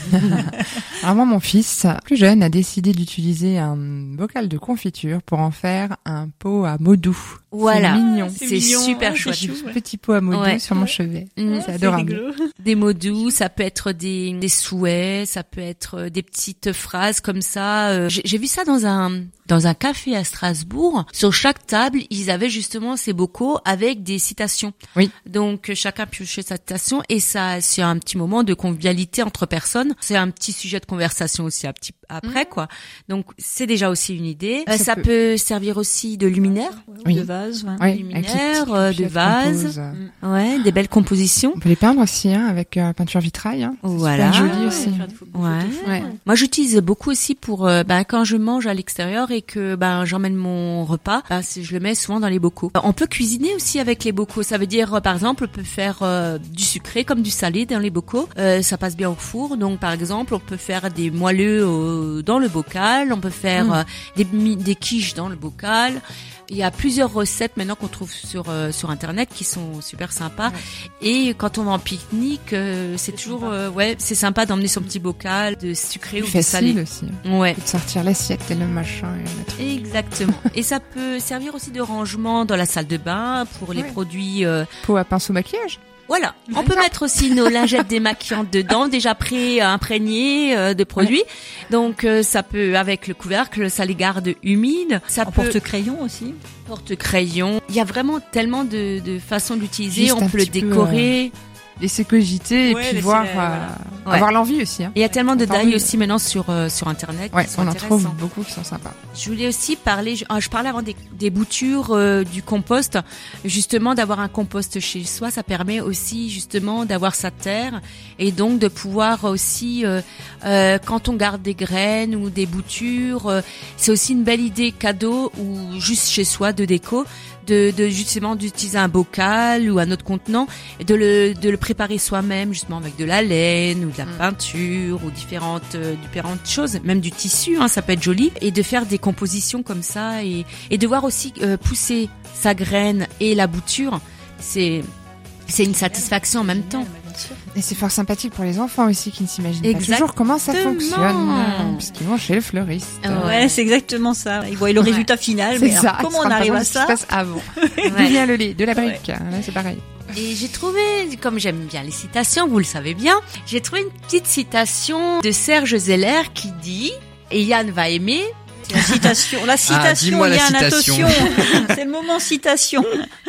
Alors moi, mon fils, plus jeune, a décidé d'utiliser un bocal de confiture pour en faire un pot à mots doux. Voilà. C'est mignon. C'est super chouette. Petit pot à mots doux sur mon chevet. C'est adorable. Des mots doux, ça peut être des souhaits, ça peut être des petites phrases comme ça. J'ai vu ça dans un café à Strasbourg. Sur chaque table, ils avaient justement ces bocaux avec des citations. Oui. Donc chacun piochait sa citation et ça, c'est un petit moment de convivialité entre personnes. C'est un petit sujet de conversation aussi après quoi. Donc c'est déjà aussi une idée. Ça peut servir aussi de luminaire, de vase, luminaire, de vase. Ouais, des belles compositions. On peut les peindre aussi avec peinture vitrail. Voilà. C'est joli aussi. Ouais. Moi j'utilise beaucoup aussi pour quand je mange à l'extérieur et que j'emmène mon repas, je le mets souvent dans les bocaux. On peut cuisiner aussi avec les bocaux. Ça veut dire par exemple on peut faire du sucré comme du salé dans les bocaux. Ça passe bien au four. Donc par exemple on peut faire des moelleux dans le bocal, on peut faire des quiches dans le bocal. Il y a plusieurs recettes maintenant qu'on trouve sur internet qui sont super sympas. Et quand on va en pique-nique, c'est toujours c'est sympa d'emmener son petit bocal de sucré ou de salé. Facile aussi. Ouais. De sortir l'assiette et le machin et le truc. Exactement. Et ça peut servir aussi de rangement dans la salle de bain pour les produits pot à pinceau maquillage. Voilà, on peut mettre aussi nos lingettes démaquillantes dedans, déjà pré-imprégnées de produits. Donc ça peut, avec le couvercle, ça les garde humides. Ça peut porte-crayon aussi. Porte-crayon. Il y a vraiment tellement de façons d'utiliser. On peut le décorer. Laisser cogiter et puis voir avoir l'envie aussi. Il y a tellement de die aussi maintenant sur internet qui sont on en intéressants. trouve beaucoup qui sont sympas. Je voulais aussi parler, je parlais avant des boutures du compost, justement d'avoir un compost chez soi, ça permet aussi justement d'avoir sa terre et donc de pouvoir aussi quand on garde des graines ou des boutures, c'est aussi une belle idée cadeau ou juste chez soi de déco. De justement d'utiliser un bocal ou un autre contenant et de le préparer soi-même justement avec de la laine ou de la peinture ou différentes choses, même du tissu, ça peut être joli, et de faire des compositions comme ça et de voir aussi pousser sa graine et la bouture, c'est une satisfaction en même temps. Et c'est fort sympathique pour les enfants aussi qui ne s'imaginent pas toujours comment ça fonctionne. Parce qu'ils vont chez le fleuriste. Ouais, c'est exactement ça. Ils voient le résultat final, mais alors, comment on arrive à ça? Ce qui se passe avant. D'où vient le lait? De la brique. Là, c'est pareil. Et j'ai trouvé, comme j'aime bien les citations, vous le savez bien, j'ai trouvé une petite citation de Serge Zeller qui dit, et Yann va aimer, la citation, dis-moi il y a la une citation. attention. C'est le moment citation.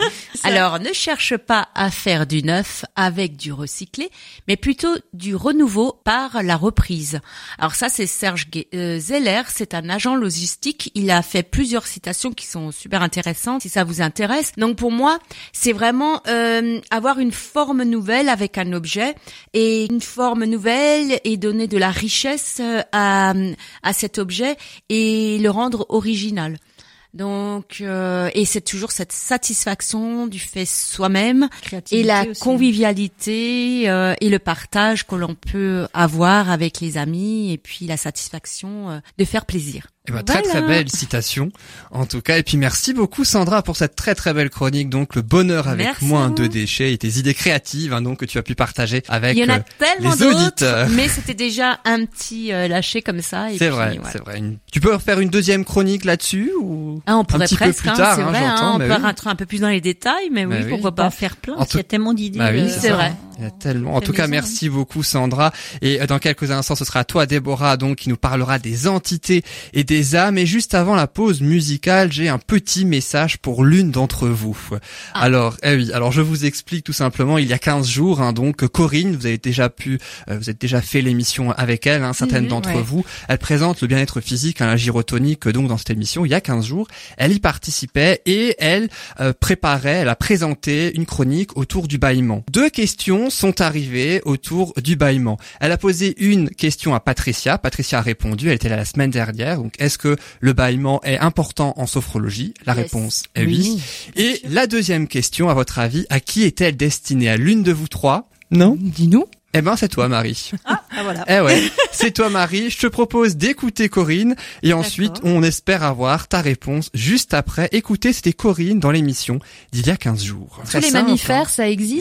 Alors, ne cherche pas à faire du neuf avec du recyclé, mais plutôt du renouveau par la reprise. Alors ça, c'est Serge Zeller, c'est un agent logistique. Il a fait plusieurs citations qui sont super intéressantes, si ça vous intéresse. Donc pour moi, c'est vraiment avoir une forme nouvelle avec un objet, et une forme nouvelle et donner de la richesse à cet objet et le rendre original. Donc et c'est toujours cette satisfaction du fait soi-même et la convivialité et le partage que l'on peut avoir avec les amis et puis la satisfaction de faire plaisir. Eh ben, très belle citation en tout cas, et puis merci beaucoup Sandra pour cette très belle chronique, donc le bonheur avec moins de déchets et tes idées créatives donc que tu as pu partager avec les auditeurs. Il y en a tellement d'autres, mais c'était déjà un petit lâcher comme ça. Et c'est vrai. Tu peux faire une deuxième chronique là-dessus ou on pourrait petit presque, peu plus tard, c'est vrai, j'entends, on mais peut oui. rentrer un peu plus dans les détails, mais oui, pourquoi pas. En faire plein, En parce qu'il y a tellement d'idées. Bah oui, c'est vrai. Il y a tellement. En tout cas, merci beaucoup Sandra. Et dans quelques instants, ce sera à toi Déborah, donc, qui nous parlera des entités et des âmes. Et juste avant la pause musicale, j'ai un petit message pour l'une d'entre vous. Alors, alors je vous explique tout simplement. Il y a 15 jours, donc Corinne, vous avez déjà fait l'émission avec elle, certaines d'entre vous. Elle présente le bien-être physique, la gyrotonique, donc dans cette émission il y a 15 jours. Elle y participait et elle elle a présenté une chronique autour du bâillement. 2 questions sont arrivées autour du bâillement. Elle a posé une question à Patricia. Patricia a répondu, elle était là la semaine dernière. Donc, est-ce que le bâillement est important en sophrologie? La réponse est oui. Et la deuxième question, à votre avis, à qui est-elle destinée? À l'une de vous trois? Non? Dis-nous. Eh ben, c'est toi, Marie. Ah, voilà. Eh ouais, c'est toi, Marie. Je te propose d'écouter Corinne et ensuite, on espère avoir ta réponse juste après. Écoutez, c'était Corinne dans l'émission d'il y a 15 jours. Tous les mammifères, ça existe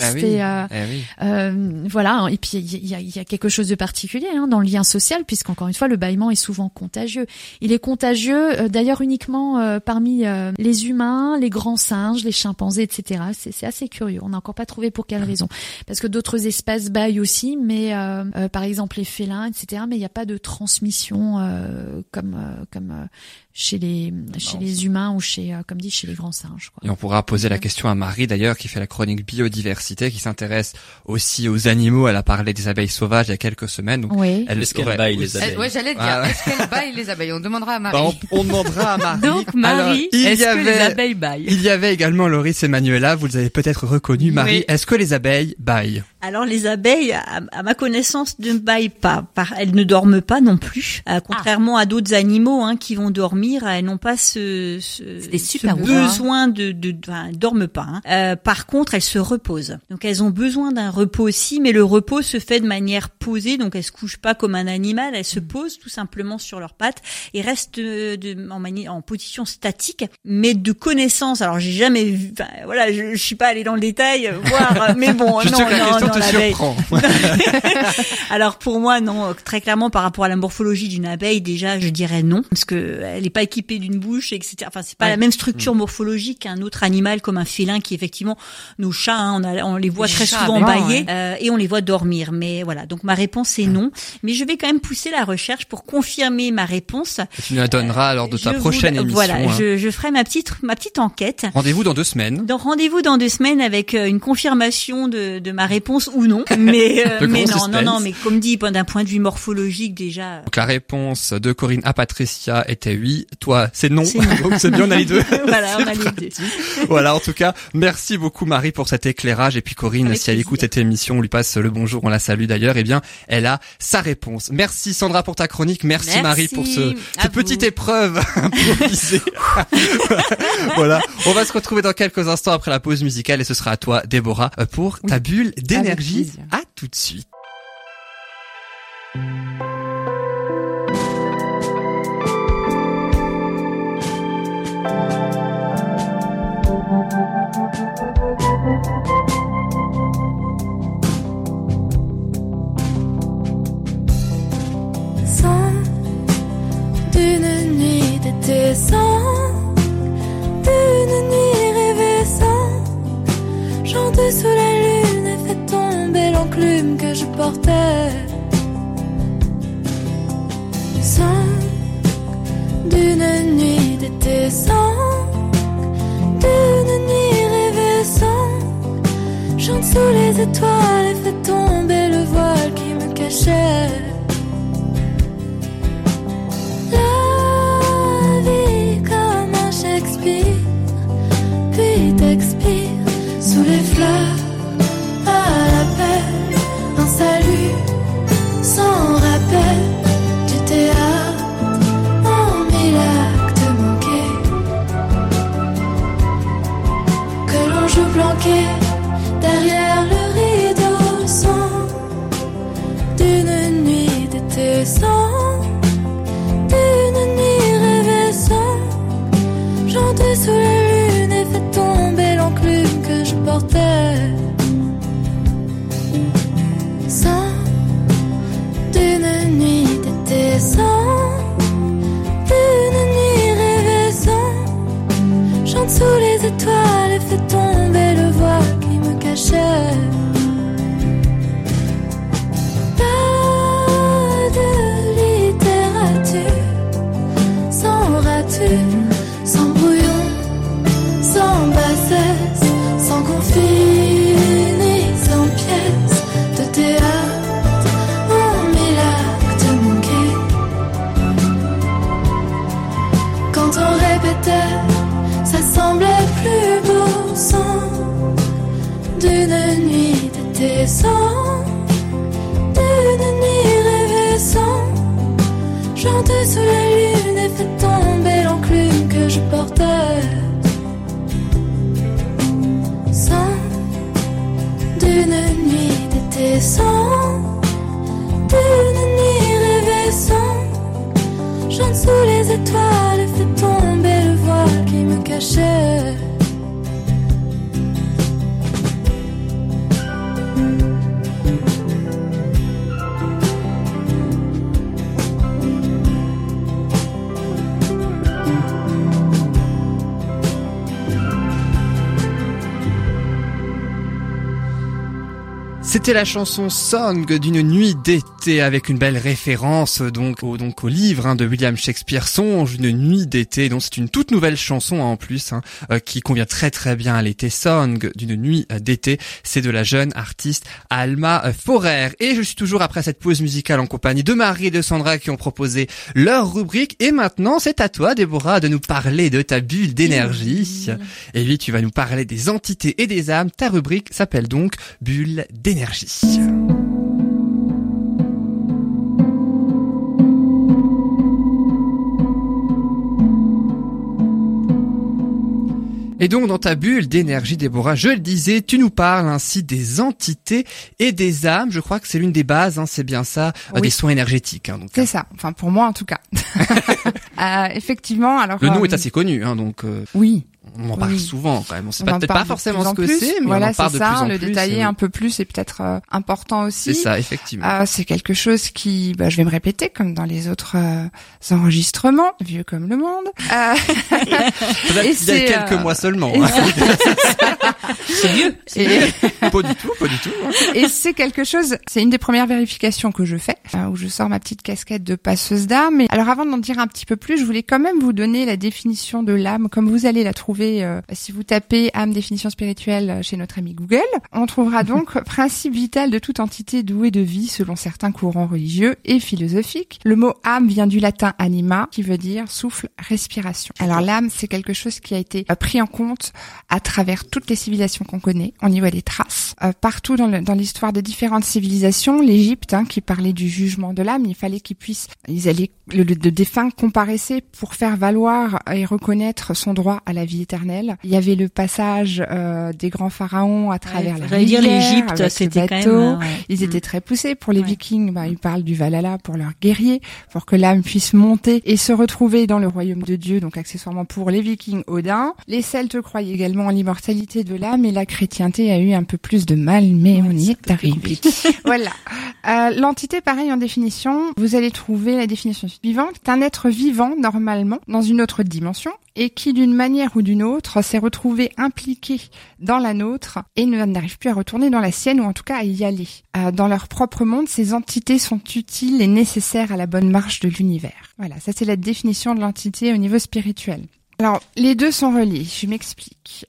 voilà. Et puis il y a quelque chose de particulier dans le lien social, puisqu'encore une fois, le bâillement est souvent contagieux. Il est contagieux, d'ailleurs uniquement parmi les humains, les grands singes, les chimpanzés, etc. C'est assez curieux. On n'a encore pas trouvé pour quelle raison. Parce que d'autres espèces bâillent aussi, mais par exemple les félins, etc. Mais il n'y a pas de transmission comme chez les humains ou comme dit chez les grands singes. Et on pourra poser la question à Marie d'ailleurs, qui fait la chronique biodiversité, qui s'intéresse aussi aux animaux. Elle a parlé des abeilles sauvages il y a quelques semaines. Donc est-ce qu'elle baille les abeilles? Ouais, j'allais te dire. Est-ce qu'elle baille les abeilles? On demandera à Marie. On demandera à Marie. Donc Marie, est-ce que les abeilles baillent? Il y avait également Loris et Manuela, vous les avez peut-être reconnus. Marie, est-ce que les abeilles baillent? Alors les abeilles, à ma connaissance, ne baillent pas. Elles ne dorment pas non plus. Contrairement à d'autres animaux qui vont dormir, elles n'ont pas ce besoin elles dorment pas. Par contre, elles se reposent. Donc elles ont besoin d'un repos aussi, mais le repos se fait de manière posée. Donc elles se couchent pas comme un animal, elles se posent tout simplement sur leurs pattes et restent en position statique, mais de connaissance. Alors j'ai jamais vu. Voilà, je suis pas allée dans le détail voir, mais bon, je suis sûr que la question te surprend. Alors pour moi, non, très clairement par rapport à la morphologie d'une abeille, déjà, je dirais non, parce que elle n'est pas équipée d'une bouche, etc. Enfin, c'est pas la même structure morphologique qu'un autre animal comme un félin qui effectivement, nos chats, on les voit très souvent bailler et on les voit dormir. Mais voilà, donc ma réponse est non. Mais je vais quand même pousser la recherche pour confirmer ma réponse. Et tu nous la donneras lors de ta prochaine émission. Voilà, je ferai ma petite enquête. Rendez-vous dans 2 semaines. Donc rendez-vous dans 2 semaines avec une confirmation de ma réponse ou non. Mais non, mais comme dit, d'un point de vue morphologique déjà. Donc la réponse de Corinne à Patricia était oui, toi c'est non. Donc c'est bien, on a les 2. Voilà, on a les 2. Voilà, en tout cas, merci beaucoup Marie pour cet éclairage. Et puis Corinne, si elle écoute cette émission, on lui passe le bonjour, on la salue d'ailleurs. Eh bien, elle a sa réponse. Merci Sandra pour ta chronique. Merci Marie pour cette petite épreuve improvisée. Voilà, on va se retrouver dans quelques instants après la pause musicale et ce sera à toi Déborah pour ta bulle d'énergie. À tout de suite. D'une nuit d'été sans, d'une nuit rêvée sans, chante sous la lune et fait tomber l'enclume que je portais. Sans, d'une nuit d'été sans, d'une nuit rêvée sans, chante sous les étoiles et fait tomber le voile qui me cachait. Puis t'expire sous les fleurs à l'appel, un salut sans rappel du théâtre en 1000 actes manqués, que l'on joue planqué derrière le rideau sans d'une nuit Ça semblait plus beau sans d'une nuit d'été, sans d'une nuit rêvée, sans chanter sous la lune et fait tomber l'enclume que je portais, sans d'une nuit d'été, sans d'une nuit rêvée, sans chante sous les étoiles et fait tomber le voile qui me cachait. C'était la chanson Song d'une nuit d'été avec une belle référence donc au livre de William Shakespeare, Songe, une nuit d'été. Donc c'est une toute nouvelle chanson en plus qui convient très très bien à l'été. Song d'une nuit d'été, c'est de la jeune artiste Alma Forer. Et je suis toujours après cette pause musicale en compagnie de Marie et de Sandra qui ont proposé leur rubrique. Et maintenant c'est à toi Déborah de nous parler de ta bulle d'énergie. Et oui, tu vas nous parler des entités et des âmes. Ta rubrique s'appelle donc Bulle d'énergie. Et donc dans ta bulle d'énergie, Déborah, je le disais, tu nous parles ainsi des entités et des âmes. Je crois que c'est l'une des bases, c'est bien ça, oui. Des soins énergétiques. Donc, c'est ça, enfin pour moi en tout cas. Effectivement, alors... Le nom est assez connu, donc... Oui. On en parle souvent quand même. On sait peut-être pas forcément ce que c'est, mais voilà, on en parle de plus en plus. Le détailler un peu plus est peut-être important aussi. C'est ça, effectivement. C'est quelque chose qui, je vais me répéter comme dans les autres enregistrements, vieux comme le monde. Peut-être qu'il y a quelques mois seulement. C'est vieux. Pas du tout. Et c'est quelque chose, c'est une des premières vérifications que je fais, où je sors ma petite casquette de passeuse d'âme. Et alors avant d'en dire un petit peu plus, je voulais quand même vous donner la définition de l'âme, comme vous allez la trouver si vous tapez âme définition spirituelle chez notre ami Google. On trouvera donc principe vital de toute entité douée de vie selon certains courants religieux et philosophiques. Le mot âme vient du latin anima, qui veut dire souffle, respiration. Alors l'âme, c'est quelque chose qui a été pris en compte à travers toutes les civilisations qu'on connaît. On y voit des traces. Partout dans l'histoire de différentes civilisations, l'Égypte, qui parlait du jugement de l'âme, il fallait le défunt comparaissait pour faire valoir et reconnaître son droit à la vie éternelle. Il y avait le passage des grands pharaons à travers la rivière. L'Égypte, c'était bateau. Quand même. Ils étaient très poussés. Pour les Vikings, ils parlent du Valhalla pour leurs guerriers, pour que l'âme puisse monter et se retrouver dans le royaume de Dieu. Donc accessoirement pour les Vikings, Odin. Les Celtes croyaient également en l'immortalité de l'âme et la chrétienté a eu un peu plus de mal, mais on y est arrivé. Voilà. L'entité, pareil en définition, vous allez trouver la définition suivante. C'est un être vivant, normalement, dans une autre dimension, et qui, d'une manière ou d'une autre, s'est retrouvé impliqué dans la nôtre et n'arrive plus à retourner dans la sienne, ou en tout cas à y aller. Dans leur propre monde, ces entités sont utiles et nécessaires à la bonne marche de l'univers. Voilà, ça c'est la définition de l'entité au niveau spirituel. Alors, les deux sont reliés, je m'explique.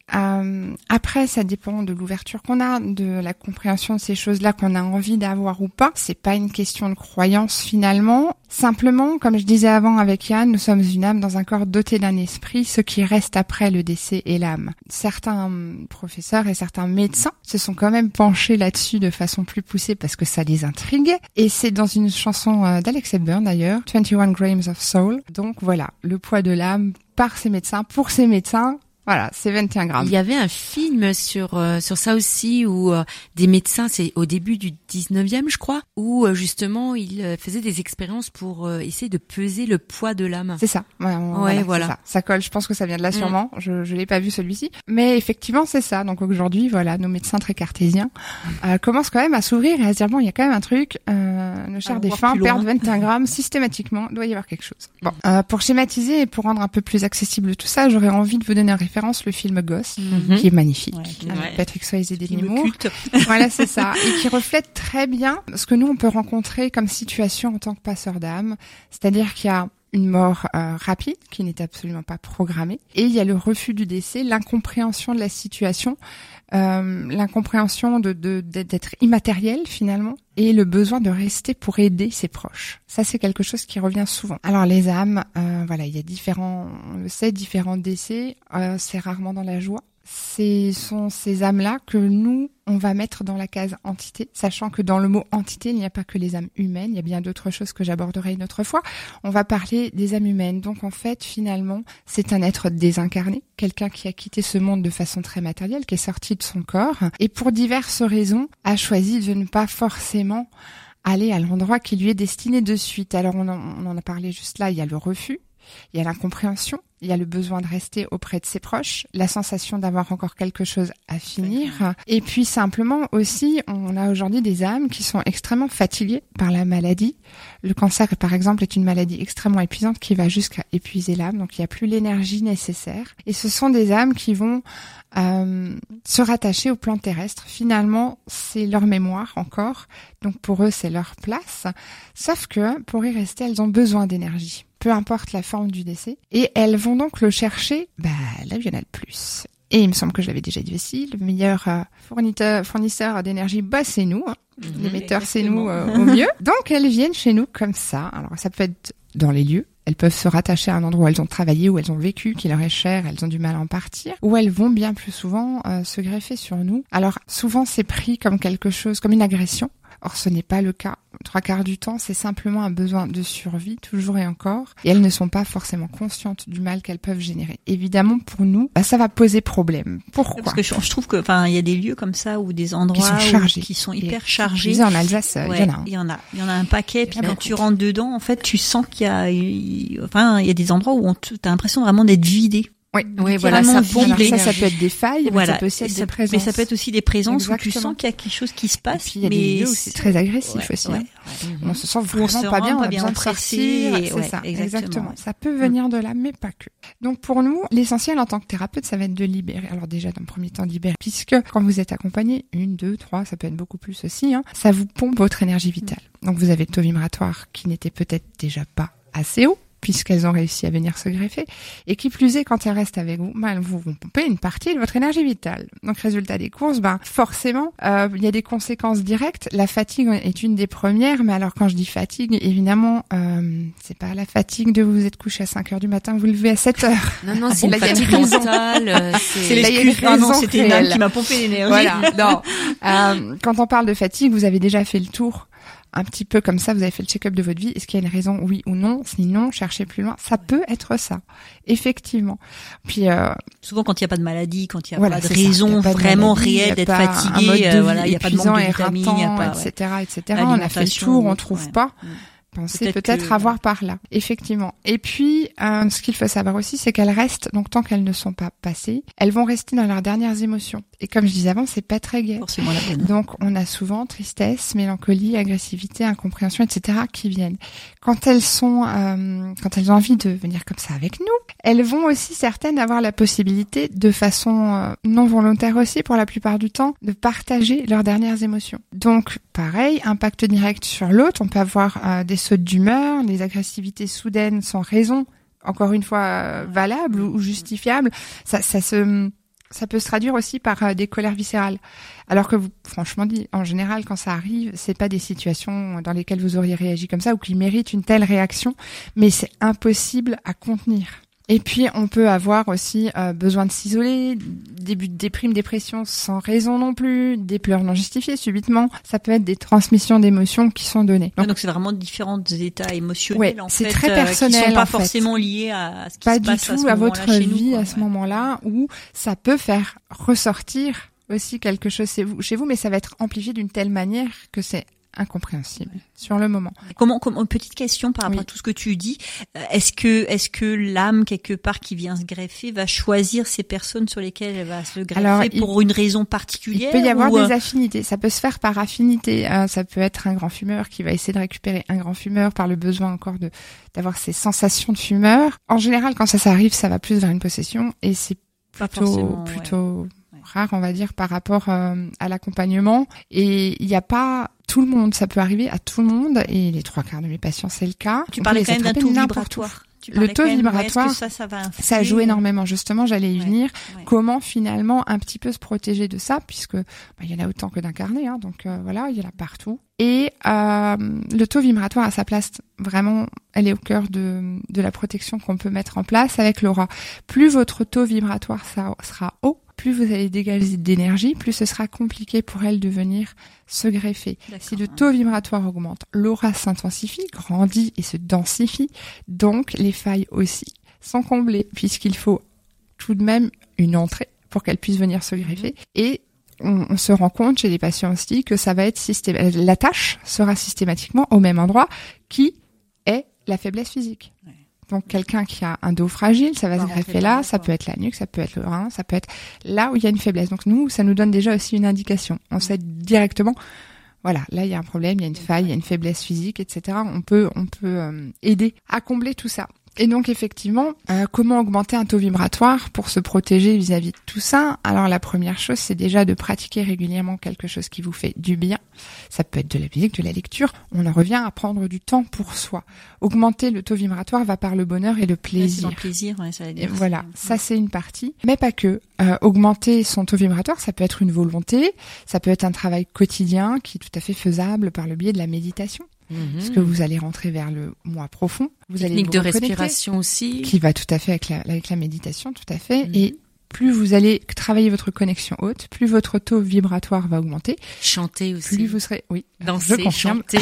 Après, ça dépend de l'ouverture qu'on a, de la compréhension de ces choses-là qu'on a envie d'avoir ou pas. C'est pas une question de croyance finalement. Simplement, comme je disais avant avec Yann, nous sommes une âme dans un corps doté d'un esprit. Ce qui reste après le décès est l'âme. Certains professeurs et certains médecins se sont quand même penchés là-dessus de façon plus poussée parce que ça les intriguait. Et c'est dans une chanson d'Alex Hepburn d'ailleurs, 21 Grams of Soul. Donc voilà, le poids de l'âme par ces médecins, pour ces médecins, voilà, c'est 21 grammes. Il y avait un film sur ça aussi où des médecins, c'est au début du 19e, je crois, où justement ils faisaient des expériences pour essayer de peser le poids de l'âme. C'est ça. Ouais, voilà. Ça colle. Je pense que ça vient de là sûrement. Je l'ai pas vu celui-ci, mais effectivement c'est ça. Donc aujourd'hui, voilà, nos médecins très cartésiens commencent quand même à s'ouvrir et à se dire bon, il y a quand même un truc. Nos chers défunts perdent 21 grammes systématiquement. Doit y avoir quelque chose. Bon, pour schématiser et pour rendre un peu plus accessible tout ça, j'aurais envie de vous donner un référence, le film Ghost, qui est magnifique, avec Patrick Swayze et Demi Moore. Voilà, c'est ça, et qui reflète très bien ce que nous on peut rencontrer comme situation en tant que passeur d'âme, c'est-à-dire qu'il y a une mort rapide qui n'est absolument pas programmée, et il y a le refus du décès, l'incompréhension de la situation, l'incompréhension d'être immatériel finalement, et le besoin de rester pour aider ses proches. Ça, c'est quelque chose qui revient souvent. Alors les âmes, il y a différents décès, c'est rarement dans la joie. Ce sont ces âmes-là que nous, on va mettre dans la case entité, sachant que dans le mot entité, il n'y a pas que les âmes humaines, il y a bien d'autres choses que j'aborderai une autre fois. On va parler des âmes humaines. Donc en fait, finalement, c'est un être désincarné, quelqu'un qui a quitté ce monde de façon très matérielle, qui est sorti de son corps, et pour diverses raisons, a choisi de ne pas forcément aller à l'endroit qui lui est destiné de suite. Alors on en a parlé juste là, il y a le refus, il y a l'incompréhension, il y a le besoin de rester auprès de ses proches, la sensation d'avoir encore quelque chose à finir. Et puis simplement aussi, on a aujourd'hui des âmes qui sont extrêmement fatiguées par la maladie. Le cancer, par exemple, est une maladie extrêmement épuisante qui va jusqu'à épuiser l'âme. Donc il n'y a plus l'énergie nécessaire. Et ce sont des âmes qui vont se rattacher au plan terrestre. Finalement, c'est leur mémoire encore. Donc pour eux, c'est leur place. Sauf que pour y rester, elles ont besoin d'énergie, peu importe la forme du décès, et elles vont donc le chercher là où il y en a le plus. Et il me semble que je l'avais déjà dit aussi, le meilleur fournisseur d'énergie, c'est nous, l'émetteur c'est nous au mieux. Donc elles viennent chez nous comme ça. Alors ça peut être dans les lieux, elles peuvent se rattacher à un endroit où elles ont travaillé, où elles ont vécu, qui leur est cher, elles ont du mal à en partir, ou elles vont bien plus souvent se greffer sur nous. Alors souvent c'est pris comme quelque chose, comme une agression. Or, ce n'est pas le cas. 3/4 du temps, c'est simplement un besoin de survie, toujours et encore. Et elles ne sont pas forcément conscientes du mal qu'elles peuvent générer. Évidemment, pour nous, ça va poser problème. Pourquoi ? Parce que je trouve que, il y a des lieux comme ça ou des endroits qui sont hyper chargés. En Alsace, il y en a. Il y en a un paquet. Puis quand tu rentres dedans, en fait, tu sens qu'il y a, il y a des endroits où t'as l'impression vraiment d'être vidé. Oui, voilà, ça peut être des failles, mais ça peut aussi être des présences. Mais ça peut être aussi des présences. Exactement. Où tu sens qu'il y a quelque chose qui se passe. Et puis, il y a des lieux où c'est très agressif aussi. On se sent vraiment pas bien, on a besoin de sortir. C'est ça, exactement. Ça peut venir de là, mais pas que. Donc pour nous, l'essentiel en tant que thérapeute, ça va être de libérer. Alors déjà, dans le premier temps, libérer, puisque quand vous êtes accompagné, 1, 2, 3, ça peut être beaucoup plus aussi, ça vous pompe votre énergie vitale. Donc vous avez le taux vibratoire qui n'était peut-être déjà pas assez haut, puisqu'elles ont réussi à venir se greffer, et qui plus est, quand elles restent avec vous, elles vont pomper une partie de votre énergie vitale. Donc, résultat des courses, forcément, il y a des conséquences directes. La fatigue est une des premières, mais alors quand je dis fatigue, évidemment, c'est pas la fatigue de vous êtes couché à 5h du matin, vous levez à 7h. Non, c'est la fatigue mentale. C'est l'excuse. Non, c'était une âme qui m'a pompé l'énergie. Voilà. Non. Quand on parle de fatigue, vous avez déjà fait le tour. Un petit peu comme ça, vous avez fait le check-up de votre vie. Est-ce qu'il y a une raison, oui ou non? Sinon, cherchez plus loin. Ça peut être ça, effectivement. Puis souvent, quand il n'y a pas de maladie, quand il n'y a pas de raison vraiment réelle d'être fatigué, il n'y a pas de manque de vitamines, il n'y a pas, etc. On a fait le tour, on trouve pas. Pensez peut-être avoir par là, effectivement. Et puis, ce qu'il faut savoir aussi, c'est qu'elles restent, donc tant qu'elles ne sont pas passées, elles vont rester dans leurs dernières émotions. Et comme je disais avant, c'est pas très gai. Forcément la peine. Donc, on a souvent tristesse, mélancolie, agressivité, incompréhension, etc. qui viennent. Quand elles ont envie de venir comme ça avec nous, elles vont aussi certaines avoir la possibilité, de façon non volontaire aussi, pour la plupart du temps, de partager leurs dernières émotions. Donc, pareil, impact direct sur l'autre. On peut avoir des sautes d'humeur, les agressivités soudaines sans raison, encore une fois valables ou justifiables. Ça peut se traduire aussi par des colères viscérales. Alors que franchement dit, en général, quand ça arrive, c'est pas des situations dans lesquelles vous auriez réagi comme ça ou qui méritent une telle réaction, mais c'est impossible à contenir. Et puis, on peut avoir aussi besoin de s'isoler, début de déprime, dépression sans raison non plus, des pleurs non justifiées subitement. Ça peut être des transmissions d'émotions qui sont données. Donc c'est vraiment différents états émotionnels, en fait. C'est très personnel, qui sont pas forcément liés à ce qui se passe à ce moment-là. Pas du tout à votre vie à ce moment-là, où ça peut faire ressortir aussi quelque chose chez vous, mais ça va être amplifié d'une telle manière que c'est incompréhensible sur le moment. Comment petite question par rapport à tout ce que tu dis, est-ce que l'âme quelque part qui vient se greffer va choisir ces personnes sur lesquelles elle va se greffer pour une raison particulière? Il peut y avoir des affinités, ça peut se faire par affinité, ça peut être un grand fumeur qui va essayer de récupérer un grand fumeur par le besoin encore d'avoir ces sensations de fumeur. En général, quand ça arrive, ça va plus vers une possession et c'est plutôt rare, on va dire, par rapport à l'accompagnement. Et il n'y a pas tout le monde, ça peut arriver à tout le monde, et les 3/4 de mes patients, c'est le cas. Tu parlais quand même d'un taux vibratoire. parlais le taux quand même, vibratoire, est-ce que ça va influer, ça joue énormément. Justement, j'allais y venir. Ouais. Comment finalement un petit peu se protéger de ça, puisque il y en a autant que d'incarnés, hein, donc voilà, il y en a partout. Et le taux vibratoire à sa place, vraiment, elle est au cœur de la protection qu'on peut mettre en place avec l'aura. Plus votre taux vibratoire sera haut, plus vous allez dégager d'énergie, plus ce sera compliqué pour elle de venir se greffer. Si le taux vibratoire augmente, l'aura s'intensifie, grandit et se densifie, donc les failles aussi sont comblées, puisqu'il faut tout de même une entrée pour qu'elle puisse venir se greffer. Et on se rend compte chez les patients aussi que ça va être la tâche sera systématiquement au même endroit, qui est la faiblesse physique. Ouais. Donc quelqu'un qui a un dos fragile, ça va se greffer là, ça peut être la nuque, ça peut être le rein, ça peut être là où il y a une faiblesse. Donc nous, ça nous donne déjà aussi une indication. On sait directement, voilà, là il y a un problème, il y a une faille, il y a une faiblesse physique, etc. On peut aider à combler tout ça. Et donc effectivement, comment augmenter un taux vibratoire pour se protéger vis-à-vis de tout ça? Alors la première chose, c'est déjà de pratiquer régulièrement quelque chose qui vous fait du bien. Ça peut être de la musique, de la lecture. On en revient à prendre du temps pour soi. Augmenter le taux vibratoire va par le bonheur et le plaisir. Le plaisir, ouais, ça va dire. Et voilà, ça c'est une partie. Mais pas que. Augmenter son taux vibratoire, ça peut être une volonté, ça peut être un travail quotidien qui est tout à fait faisable par le biais de la méditation. Parce que vous allez rentrer vers le moi profond. Vous allez technique de respiration aussi. Qui va tout à fait avec la méditation, tout à fait. Et plus vous allez travailler votre connexion haute, plus votre taux vibratoire va augmenter. Chanter aussi. Plus vous serez, oui. Danser, je confirme. chanter.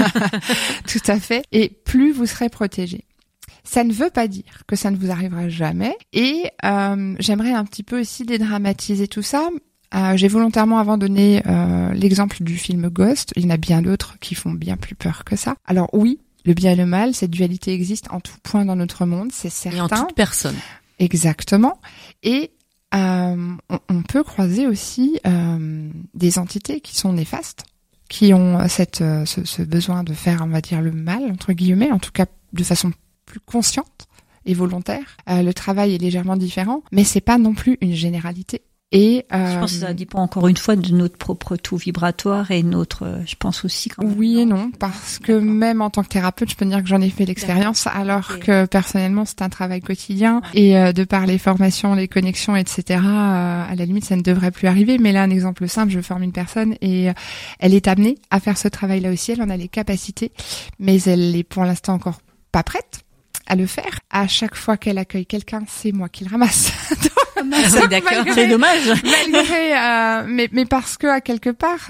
Tout à fait. Et plus vous serez protégé. Ça ne veut pas dire que ça ne vous arrivera jamais. Et j'aimerais un petit peu aussi dédramatiser tout ça. J'ai volontairement avant donné l'exemple du film Ghost. Il y en a bien d'autres qui font bien plus peur que ça. Alors oui, le bien et le mal, cette dualité existe en tout point dans notre monde, c'est certain. Et en toute personne. Exactement. Et on peut croiser aussi des entités qui sont néfastes, qui ont ce besoin de faire, on va dire, le mal, entre guillemets, en tout cas de façon plus consciente et volontaire. Le travail est légèrement différent, mais c'est pas non plus une généralité. Et je pense que ça dépend encore une fois de notre propre taux vibratoire et je pense aussi quand même. Oui et non, parce que même en tant que thérapeute, je peux dire que j'en ai fait l'expérience, alors que personnellement c'est un travail quotidien et de par les formations, les connexions, etc. À la limite ça ne devrait plus arriver. Mais là un exemple simple, je forme une personne et elle est amenée à faire ce travail-là aussi. Elle en a les capacités, mais elle est pour l'instant encore pas prête à le faire. À chaque fois qu'elle accueille quelqu'un, c'est moi qui le ramasse. C'est d'accord. C'est dommage. Malgré, mais parce que à quelque part,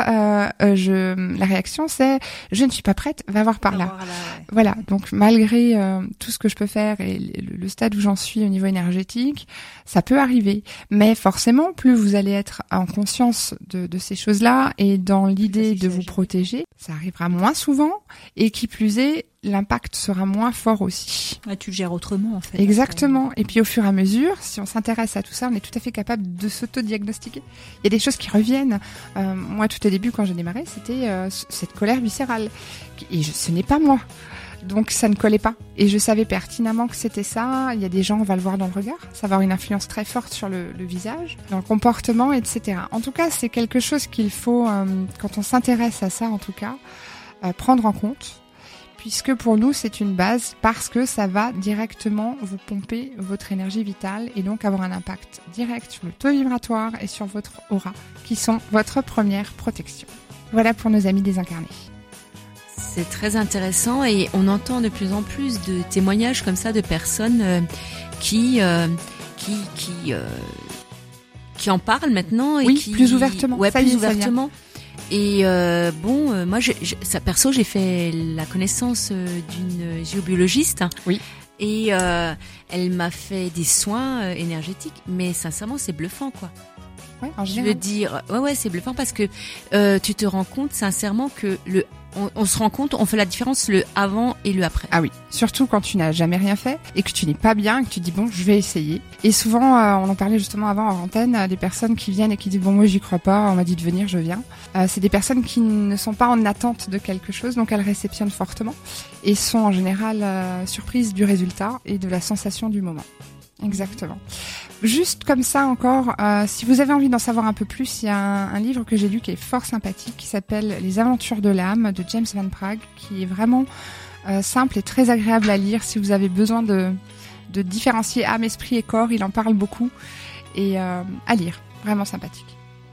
la réaction c'est je ne suis pas prête, va voir par là. Voilà. Donc malgré tout ce que je peux faire et le stade où j'en suis au niveau énergétique, ça peut arriver. Mais forcément, plus vous allez être en conscience de ces choses-là et dans l'idée de vous protéger, ça arrivera moins souvent et qui plus est, l'impact sera moins fort aussi. Ouais, tu le gères autrement en fait. Exactement. Et puis au fur et à mesure, si on s'intéresse à tout ça, on est tout à fait capable de s'auto-diagnostiquer. Il y a des choses qui reviennent. Moi, tout au début, quand j'ai démarré, c'était cette colère viscérale. Et ce n'est pas moi. Donc ça ne collait pas. Et je savais pertinemment que c'était ça. Il y a des gens, on va le voir dans le regard. Ça va avoir une influence très forte sur le visage, dans le comportement, etc. En tout cas, c'est quelque chose qu'il faut, quand on s'intéresse à ça en tout cas, prendre en compte. Puisque pour nous, c'est une base parce que ça va directement vous pomper votre énergie vitale et donc avoir un impact direct sur le taux vibratoire et sur votre aura, qui sont votre première protection. Voilà pour nos amis désincarnés. C'est très intéressant et on entend de plus en plus de témoignages comme ça de personnes qui en parlent maintenant et qui plus ouvertement. Ouais, plus ouvertement. Et moi, perso, j'ai fait la connaissance d'une géobiologiste. Oui. Et elle m'a fait des soins énergétiques, mais sincèrement, c'est bluffant, quoi. Ouais, en général. Je veux dire, ouais, c'est bluffant parce que tu te rends compte sincèrement que on se rend compte, on fait la différence le avant et le après. Ah oui, surtout quand tu n'as jamais rien fait et que tu n'es pas bien et que tu dis bon, je vais essayer. Et souvent, on en parlait justement avant en antenne, des personnes qui viennent et qui disent bon, moi j'y crois pas, on m'a dit de venir, je viens. C'est des personnes qui ne sont pas en attente de quelque chose, donc elles réceptionnent fortement et sont en général surprises du résultat et de la sensation du moment. Exactement. Juste comme ça encore, si vous avez envie d'en savoir un peu plus, il y a un livre que j'ai lu qui est fort sympathique, qui s'appelle Les Aventures de l'âme de James Van Praagh, qui est vraiment simple et très agréable à lire si vous avez besoin de différencier âme, esprit et corps. Il en parle beaucoup et à lire, vraiment sympathique.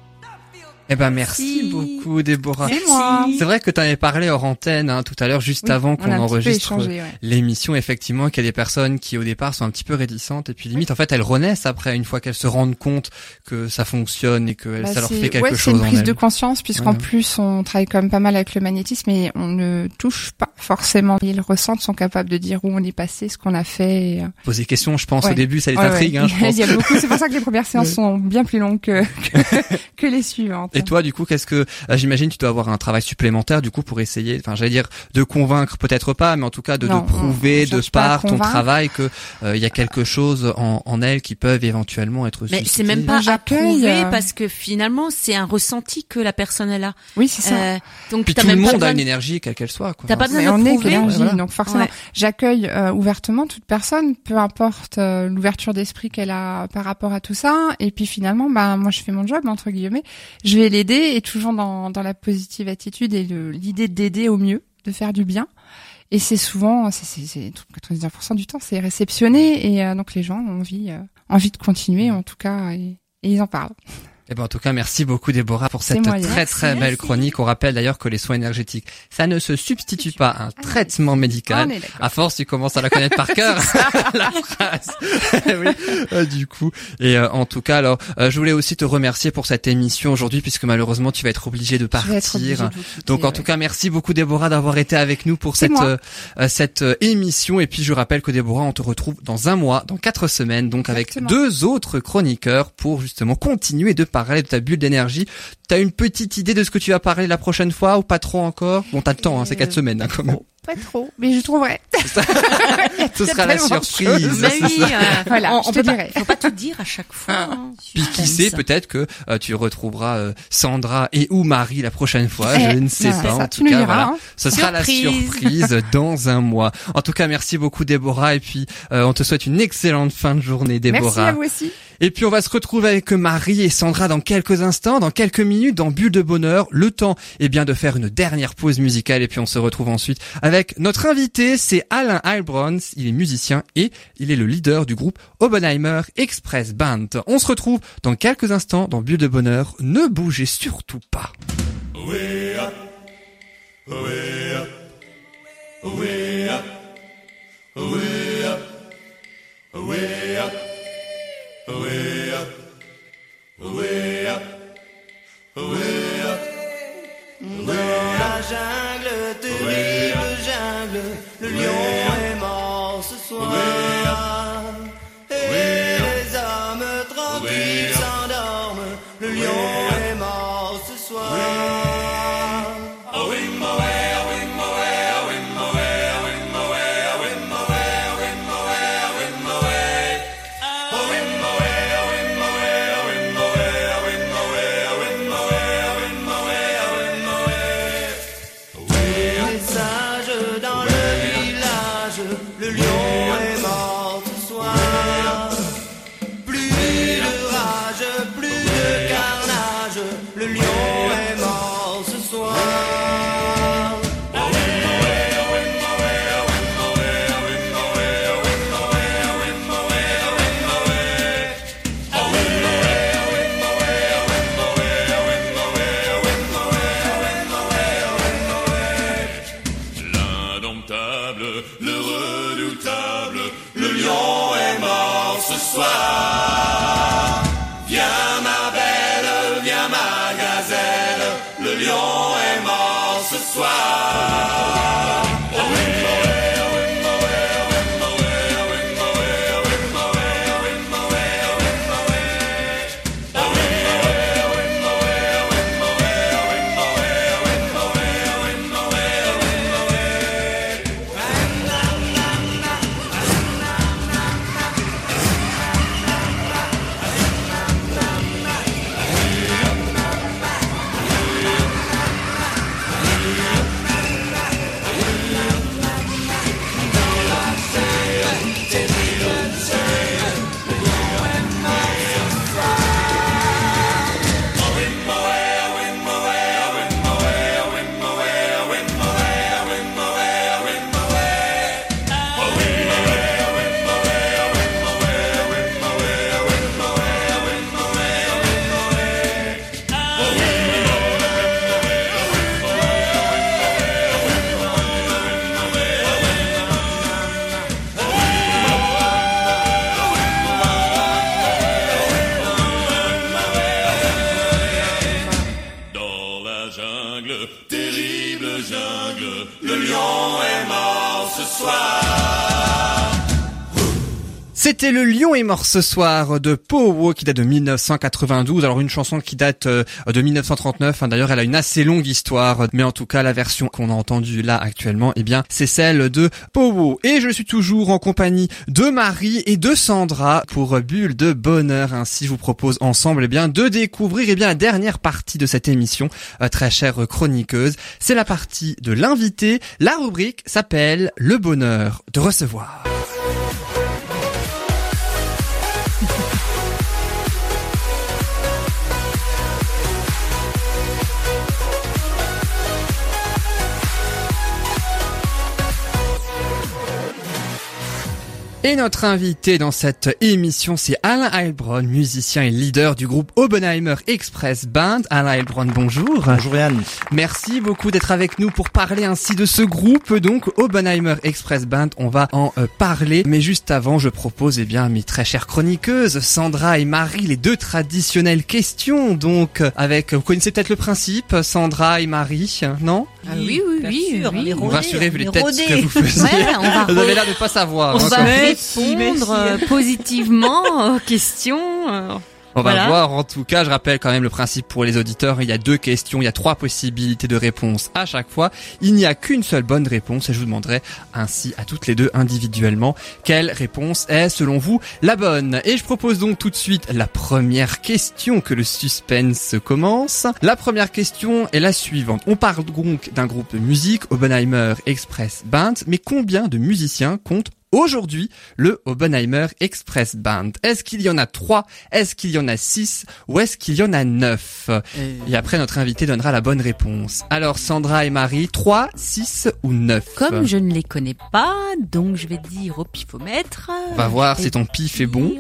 Eh ben merci beaucoup Déborah. C'est moi. C'est vrai que tu en avais parlé hors antenne tout à l'heure, juste avant qu'on enregistre l'émission, effectivement, qu'il y a des personnes qui au départ sont un petit peu réticentes et puis limite en fait elles renaissent après une fois qu'elles se rendent compte que ça fonctionne et que ça leur fait quelque chose en elles. C'est une prise de conscience puisqu'en plus on travaille quand même pas mal avec le magnétisme et on ne touche pas forcément. Ils ressentent, sont capables de dire où on est passé, ce qu'on a fait. Et... Poser des questions, je pense au début ça les intrigue. Je pense. Il y a beaucoup. C'est pour ça que les premières séances sont bien plus longues que les suivantes. Et toi, du coup, qu'est-ce que j'imagine tu dois avoir un travail supplémentaire du coup pour essayer, enfin j'allais dire de convaincre peut-être pas, mais en tout cas de prouver de par ton travail que il y a quelque chose en elles qui peuvent éventuellement être suscitées. Mais c'est même pas à prouver parce que finalement c'est un ressenti que la personne elle a. Oui, c'est ça. Donc puis tout le monde a une énergie quelle qu'elle soit. T'as pas besoin de prouver. On est l'énergie, donc forcément j'accueille ouvertement toute personne, peu importe l'ouverture d'esprit qu'elle a par rapport à tout ça. Et puis finalement, moi je fais mon job entre guillemets, je vais l'aider. Et toujours dans la positive attitude et l'idée d'aider au mieux, de faire du bien. Et c'est souvent, c'est 99% du temps, c'est réceptionné et donc les gens ont envie de continuer en tout cas et ils en parlent. Eh ben, en tout cas, merci beaucoup Déborah pour cette très belle chronique. On rappelle d'ailleurs que les soins énergétiques, ça ne se substitue pas à un traitement médical. À force, tu commences à la connaître par cœur, la phrase. Oui, du coup. Et en tout cas, alors, je voulais aussi te remercier pour cette émission aujourd'hui, puisque malheureusement, tu vas être obligé de partir. Donc, en tout cas, merci beaucoup Déborah d'avoir été avec nous pour cette émission. Et puis, je rappelle que Déborah, on te retrouve dans un mois, dans 4 semaines, donc avec 2 autres chroniqueurs pour justement continuer de parler de ta bulle d'énergie. T'as une petite idée de ce que tu vas parler la prochaine fois ou pas trop encore? Bon, t'as le temps, c'est 4 semaines quand même. Pas trop, mais je trouverai. Ce sera la surprise. Mais oui, voilà, on peut faut pas tout dire à chaque fois. Puis qui sait, peut-être que tu retrouveras Sandra et ou Marie la prochaine fois, je ne sais pas. En tout cas, voilà, ce sera la surprise dans un mois. En tout cas, merci beaucoup Déborah et puis on te souhaite une excellente fin de journée Déborah. Merci à vous aussi. Et puis on va se retrouver avec Marie et Sandra dans quelques instants, dans quelques minutes, dans Bulle de Bonheur. Le temps est bien de faire une dernière pause musicale et puis on se retrouve ensuite avec notre invité, c'est Alain Heilbronn. Il est musicien et il est le leader du groupe Oppenheimer Express Band. On se retrouve dans quelques instants dans Bulle de Bonheur. Ne bougez surtout pas. Way up, way up, way up, way up, way up. Way up, way up, way up. Dans la jungle, terrible jungle, le lion est mort ce soir. Et les hommes tranquilles s'endorment, le lion est mort ce soir. Le redoutable, le lion est mort C'était Le Lion est mort ce soir de Powo qui date de 1992. Alors une chanson qui date de 1939. D'ailleurs, elle a une assez longue histoire. Mais en tout cas, la version qu'on a entendue là actuellement, eh bien, c'est celle de Powo. Et je suis toujours en compagnie de Marie et de Sandra pour Bulle de Bonheur. Ainsi, je vous propose ensemble, eh bien, de découvrir, eh bien, la dernière partie de cette émission, très chère chroniqueuse. C'est la partie de l'invité. La rubrique s'appelle Le bonheur de recevoir. Et notre invité dans cette émission, c'est Alain Heilbronn, musicien et leader du groupe Oppenheimer Express Band. Alain Heilbronn, bonjour. Bonjour Yann. Merci beaucoup d'être avec nous pour parler ainsi de ce groupe, donc Oppenheimer Express Band. On va en parler, mais juste avant, je propose, eh bien, mes très chères chroniqueuses, Sandra et Marie, les deux traditionnelles questions. Donc, vous connaissez peut-être le principe, Sandra et Marie, non? Ah oui. Vous rassurez, vu les têtes que vous faisiez. Ouais, vous avez l'air de pas savoir. On va répondre positivement aux questions. On va voir, en tout cas, je rappelle quand même le principe pour les auditeurs, il y a 2 questions, il y a 3 possibilités de réponse à chaque fois, il n'y a qu'une seule bonne réponse et je vous demanderai ainsi à toutes les deux individuellement quelle réponse est selon vous la bonne. Et je propose donc tout de suite la première question, que le suspense commence. La première question est la suivante, on parle donc d'un groupe de musique, Oppenheimer Express Band, mais combien de musiciens compte aujourd'hui le Oppenheimer Express Band? Est-ce qu'il y en a 3? Est-ce qu'il y en a 6? Ou est-ce qu'il y en a 9? Et après, notre invité donnera la bonne réponse. Alors, Sandra et Marie, 3, 6 ou 9? Comme je ne les connais pas, donc je vais dire au pifomètre. On va voir si ton pif est bon.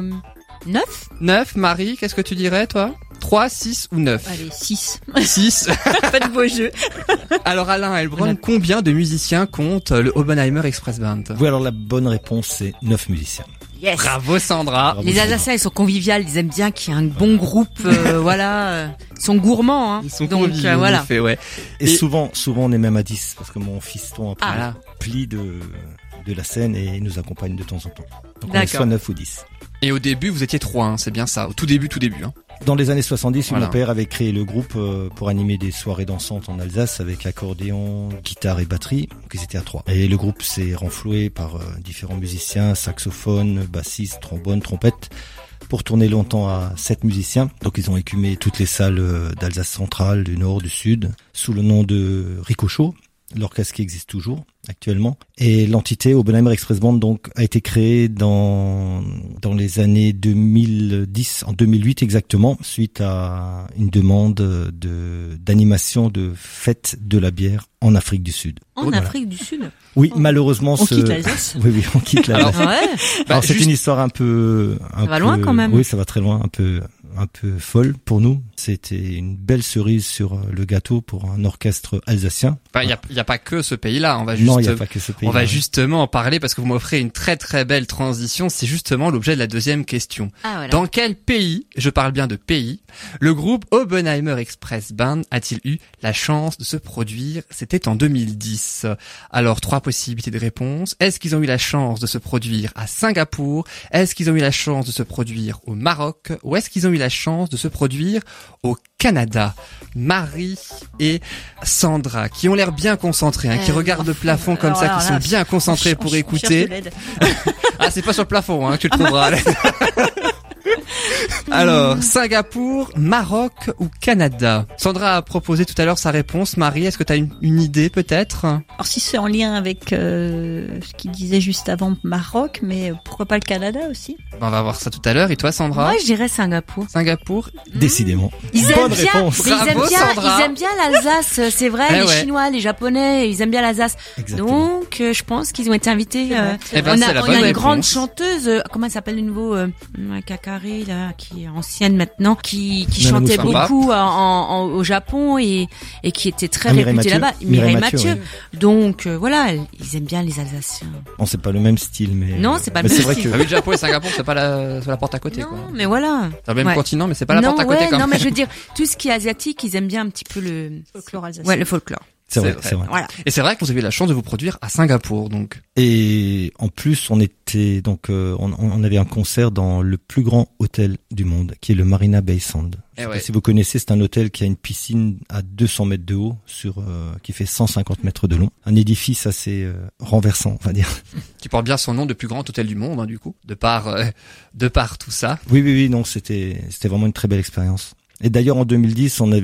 9. 9, Marie, qu'est-ce que tu dirais, toi? 3, 6 ou 9? Allez, 6. 6. Pas de beau jeu. Alors Alain Heilbronn, combien de musiciens compte le Oppenheimer Express Band? Oui, alors la bonne réponse, c'est 9 musiciens. Yes. Bravo Sandra. Bravo, Les Alsaciens, ils sont conviviaux, ils aiment bien qu'il y ait un bon groupe, ils sont gourmands, hein. Ils sont donc conviviaux, voilà. en effet, ouais. Et souvent, on est même à 10, parce que mon fiston a là. pli de la scène et il nous accompagne de temps en temps. Donc on est D'accord. soit 9 ou 10. Et au début, vous étiez 3, hein, c'est bien ça. Au tout début, hein. Dans les années 70, Voilà. mon père avait créé le groupe pour animer des soirées dansantes en Alsace avec accordéon, guitare et batterie. Donc ils étaient à 3. Et le groupe s'est renfloué par différents musiciens, saxophone, bassiste, trombone, trompette, pour tourner longtemps à 7 musiciens. Donc ils ont écumé toutes les salles d'Alsace centrale, du nord, du sud, sous le nom de Ricochet, l'orchestre qui existe toujours actuellement. Et l'entité Oppenheimer Express Band donc a été créée dans les années 2010, en 2008 exactement, suite à une demande d'animation de fête de la bière en Afrique du Sud. En Afrique du Sud. Oui, malheureusement, On quitte l'Alsace. Oui, on quitte l'Alsace. Ouais. Alors c'est une histoire un peu, Ça va loin quand même. Oui, ça va très loin, un peu folle pour nous. C'était une belle cerise sur le gâteau pour un orchestre alsacien. Il y a pas que ce pays-là. Non, il y a pas que ce pays-là. On va justement en parler parce que vous m'offrez une très très belle transition. C'est justement l'objet de la deuxième question. Ah, voilà. Dans quel pays, je parle bien de pays, le groupe Oppenheimer Express Band a-t-il eu la chance de se produire? C'était en 2010. Alors, 3 possibilités de réponse. Est-ce qu'ils ont eu la chance de se produire à Singapour? Est-ce qu'ils ont eu la chance de se produire au Maroc? Ou est-ce qu'ils ont eu la chance de se produire au Canada? Marie et Sandra, qui ont l'air bien concentrés, qui regardent le plafond comme ça, qui sont bien concentrés pour écouter. Ah, c'est pas sur le plafond, que tu le trouveras. Alors, Singapour, Maroc ou Canada? Sandra a proposé tout à l'heure sa réponse. Marie, est-ce que tu as une idée peut-être? Alors si c'est en lien avec ce qu'il disait juste avant Maroc, mais pourquoi pas le Canada aussi? On va voir ça tout à l'heure. Et toi, Sandra? Moi, je dirais Singapour. Singapour? Décidément. Ils Bonne aiment bien, réponse. mais Bravo, Sandra. ils aiment bien l'Alsace, c'est vrai, Eh les ouais. Chinois, les Japonais, ils aiment bien l'Alsace. Exactement. Donc, je pense qu'ils ont été invités. Eh ben, on c'est la a bonne une réponse. grande chanteuse, comment elle s'appelle de nouveau, Kakari, là, qui est ancienne maintenant, qui Nanono chantait Samba. beaucoup au Japon et qui était très Mireille réputée Mathieu. là-bas. Mireille Mireille Mathieu, Mathieu. Donc, voilà, ils aiment bien les Alsaciens. Bon, c'est pas le même style, mais Non, c'est pas le mais même c'est vrai style. que Ah oui, le Japon et Singapour, c'est pas la porte à côté, Non, quoi. mais voilà. C'est le même Ouais. continent, mais c'est pas la non, porte à côté, ouais, quand non, même. mais je veux dire, tout ce qui est asiatique, ils aiment bien un petit peu le Folklore alsacien. ouais, le folklore. C'est vrai. Voilà. Et c'est vrai que vous avez eu la chance de vous produire à Singapour, donc. Et en plus, on était donc on avait un concert dans le plus grand hôtel du monde, qui est le Marina Bay Sands. Je sais pas si vous connaissez, c'est un hôtel qui a une piscine à 200 mètres de haut qui fait 150 mètres de long. Un édifice assez renversant, on va dire. Qui porte bien son nom de plus grand hôtel du monde, du coup, de par tout ça. Oui, non, c'était vraiment une très belle expérience. Et d'ailleurs en 2010, on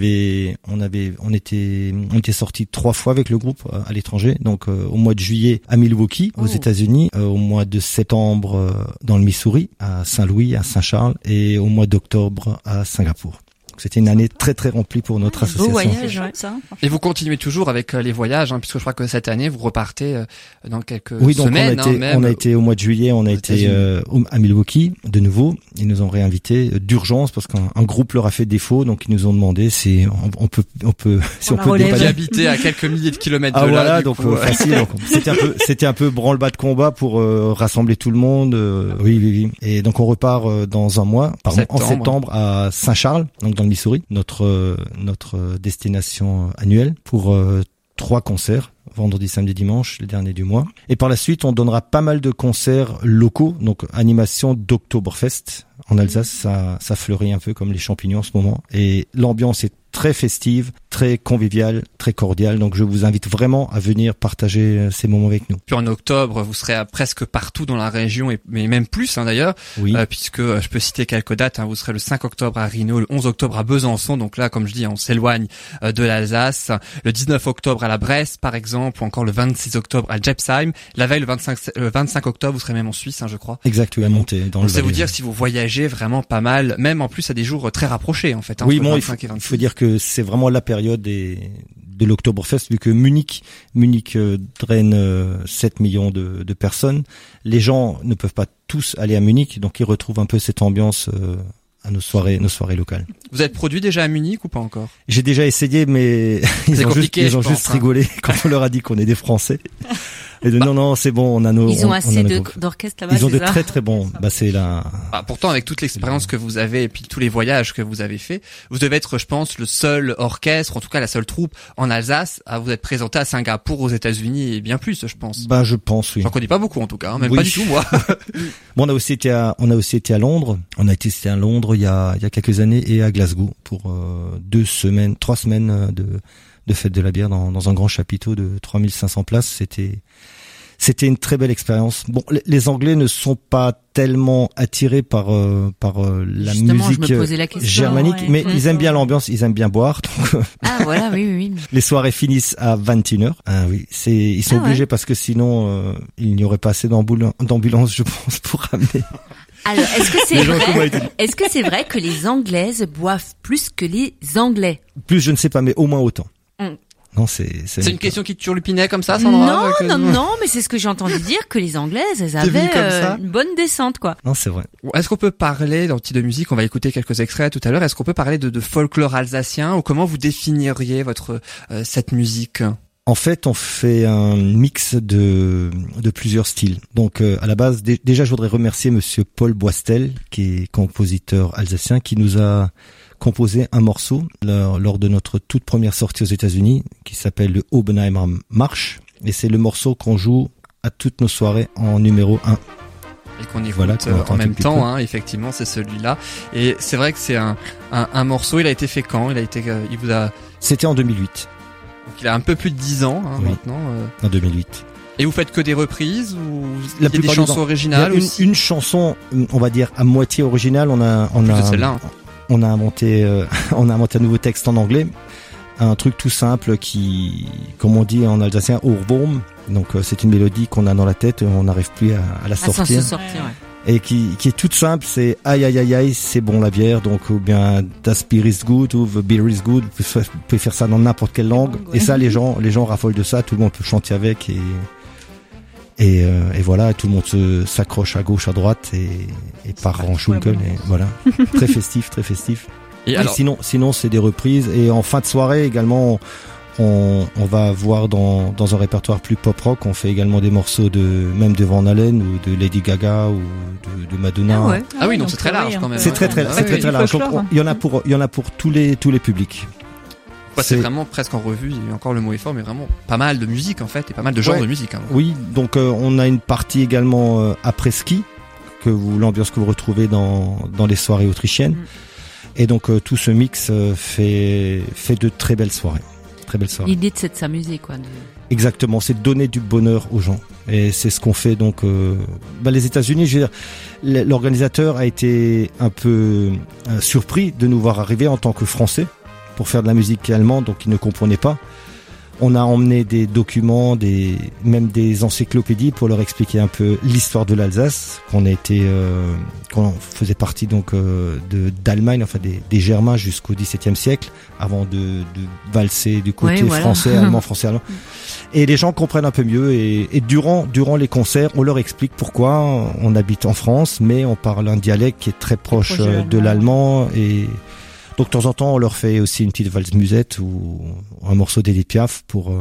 était sortis 3 fois avec le groupe à l'étranger. Donc au mois de juillet à Milwaukee, aux États-Unis, au mois de septembre dans le Missouri, à Saint-Louis, à Saint-Charles, et au mois d'octobre à Singapour. Donc, c'était une année très très remplie pour notre association. Beau voyage, ça. Et vous continuez toujours avec les voyages, puisque je crois que cette année vous repartez dans quelques donc semaines. On a été au mois de juillet, on a été à Milwaukee de nouveau. Ils nous ont réinvités d'urgence parce qu'un groupe leur a fait défaut, donc ils nous ont demandé si on peut dépanner. Habiter à quelques milliers de kilomètres de là. Voilà, donc facile. Donc, c'était un peu branle-bas de combat pour rassembler tout le monde. Oui. Et donc on repart dans un mois, en septembre à Saint-Charles, donc dans le Missouri, notre destination annuelle pour 3 concerts, vendredi, samedi, dimanche, le dernier du mois. Et par la suite, on donnera pas mal de concerts locaux, donc animation d'Oktoberfest. En Alsace, ça fleurit un peu comme les champignons en ce moment. Et l'ambiance est très festive, très conviviale, très cordiale. Donc je vous invite vraiment à venir partager ces moments avec nous. Puis en octobre, vous serez presque partout dans la région, mais même plus d'ailleurs, puisque je peux citer quelques dates. Vous serez le 5 octobre à Rhino, le 11 octobre à Besançon. Donc là, comme je dis, on s'éloigne de l'Alsace. Le 19 octobre à la Bresse, par exemple, ou encore le 26 octobre à Jepsheim. La veille, le 25 octobre, vous serez même en Suisse, je crois. Exact, oui, à monter dans le c'est vous dire si vous voyagez vraiment pas mal, même en plus à des jours très rapprochés en fait. Oui, bon, il faut dire que c'est vraiment la période de l'Oktoberfest, vu que Munich draine 7 millions de personnes. Les gens ne peuvent pas tous aller à Munich, donc ils retrouvent un peu cette ambiance à nos soirées locales. Vous êtes produit déjà à Munich ou pas encore? J'ai déjà essayé, mais ils ont juste rigolé quand on leur a dit qu'on est des Français. Et non, c'est bon, on a nos. Ils ont assez d'orchestres là-bas. Ils ont de très très bons. C'est là. Pourtant, avec toute l'expérience que vous avez et puis tous les voyages que vous avez fait, vous devez être, je pense, le seul orchestre, en tout cas la seule troupe en Alsace à vous être présenté à Singapour, aux États-Unis et bien plus, je pense. Je pense, oui. J'en connais pas beaucoup en tout cas, même pas du tout moi. Bon, on a aussi été à Londres. On a été à Londres il y a quelques années et à Glasgow pour 3 semaines de fête de la bière dans un grand chapiteau de 3500 places. C'était une très belle expérience. Bon, les Anglais ne sont pas tellement attirés par la musique germanique, mais ils aiment bien l'ambiance, ils aiment bien boire. Donc voilà, oui. Les soirées finissent à 21h. Ils sont obligés parce que sinon il n'y aurait pas assez d'ambulances, je pense, pour ramener. Alors, est-ce que c'est vrai que les Anglaises boivent plus que les Anglais? Plus, je ne sais pas, mais au moins autant. Non, c'est une question qui te turlupinait comme ça, Sandra? Non, mais c'est ce que j'ai entendu dire, que les Anglaises, elles avaient une bonne descente, quoi. Non, c'est vrai. Est-ce qu'on peut parler, dans le type de musique, on va écouter quelques extraits tout à l'heure, est-ce qu'on peut parler de folklore alsacien, ou comment vous définiriez cette musique? En fait, on fait un mix de plusieurs styles. Donc, à la base, déjà, je voudrais remercier monsieur Paul Boistel, qui est compositeur alsacien, qui nous a composé un morceau lors de notre toute première sortie aux États-Unis, qui s'appelle le Oppenheimer March. Et c'est le morceau qu'on joue à toutes nos soirées en numéro 1. Et qu'on écoute en même temps, effectivement, c'est celui-là. Et c'est vrai que c'est un morceau, il a été fait quand? C'était en 2008. Donc il a un peu plus de 10 ans, maintenant. En 2008. Et vous faites que des reprises ou il y a des chansons originales aussi? Une chanson, on va dire, à moitié originale. On a inventé un nouveau texte en anglais. Un truc tout simple qui, comme on dit en alsacien, Ohrwurm. Donc c'est une mélodie qu'on a dans la tête, on n'arrive plus à la sortir. Et qui est toute simple, c'est aïe aïe aïe aïe, c'est bon la bière, donc ou bien das Bier ist gut ou the beer is good. Vous pouvez faire ça dans n'importe quelle langue. Et ça, les gens raffolent de ça, tout le monde peut chanter avec et voilà, tout le monde s'accroche à gauche, à droite et part en schunkel et voilà. Très festif, très festif. Et sinon c'est des reprises et en fin de soirée également on va voir dans un répertoire plus pop rock, on fait également des morceaux même de Van Halen ou de Lady Gaga ou de Madonna. Ah oui, donc c'est très large quand même. C'est très large. Donc, il y en a pour tous les publics. C'est vraiment presque en revue, il y a encore le mot est fort, mais vraiment pas mal de musique en fait, et pas mal de genres de musique. Hein. Oui, donc on a une partie également après-ski, l'ambiance que vous retrouvez dans les soirées autrichiennes. Et donc tout ce mix fait de très belles soirées. Très belles soirées. L'idée c'est de s'amuser quoi. Exactement, c'est de donner du bonheur aux gens. Et c'est ce qu'on fait donc les États-Unis, je veux dire, l'organisateur a été un peu surpris de nous voir arriver en tant que Français pour faire de la musique allemande, donc il ne comprenait pas. On a emmené des documents, même des encyclopédies pour leur expliquer un peu l'histoire de l'Alsace, qu'on faisait partie donc d'Allemagne, enfin des Germains jusqu'au XVIIe siècle, avant de valser du côté français, allemand, français, allemand. Et les gens comprennent un peu mieux et durant les concerts, on leur explique pourquoi on habite en France, mais on parle un dialecte qui est très proche de l'allemand et donc de temps en temps, on leur fait aussi une petite valse musette ou un morceau d'Edith Piaf pour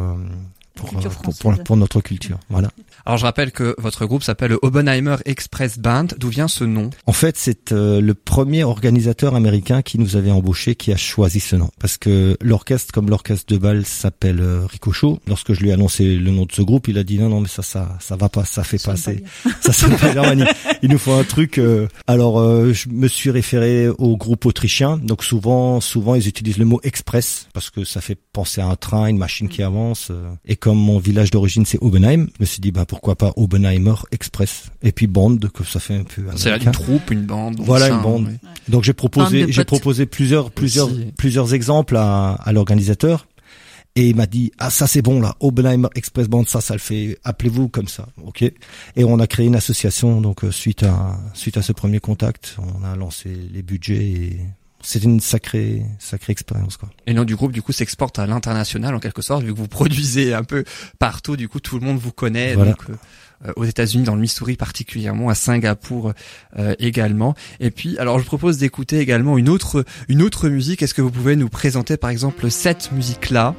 notre culture. Voilà. Alors je rappelle que votre groupe s'appelle le Oppenheimer Express Band. D'où vient ce nom? En fait, c'est le premier organisateur américain qui nous avait embauché qui a choisi ce nom. Parce que l'orchestre, comme l'orchestre de Bâle, s'appelle Ricochet. Lorsque je lui ai annoncé le nom de ce groupe, il a dit non mais ça va pas, ça fait pas assez. Ça sonne pas bien. Il nous faut un truc. Alors je me suis référé au groupe autrichien. Donc souvent ils utilisent le mot express parce que ça fait penser à un train, une machine qui avance. Et comme mon village d'origine c'est Oppenheim, je me suis dit pourquoi pas Oppenheimer Express et puis bande que ça fait un peu américain. C'est là une troupe, une bande. Voilà une bande. Oui. Donc j'ai proposé plusieurs exemples à l'organisateur et il m'a dit ça c'est bon là, Oppenheimer Express Band, ça le fait, appelez-vous comme ça. OK. Et on a créé une association donc suite à ce premier contact, on a lancé les budgets et c'est une sacrée expérience quoi. Et le nom du groupe du coup s'exporte à l'international en quelque sorte vu que vous produisez un peu partout, du coup tout le monde vous connaît. Voilà. Donc aux États-Unis, dans le Missouri particulièrement, à Singapour également. Et puis alors je propose d'écouter également une autre musique. Est-ce que vous pouvez nous présenter par exemple cette musique là?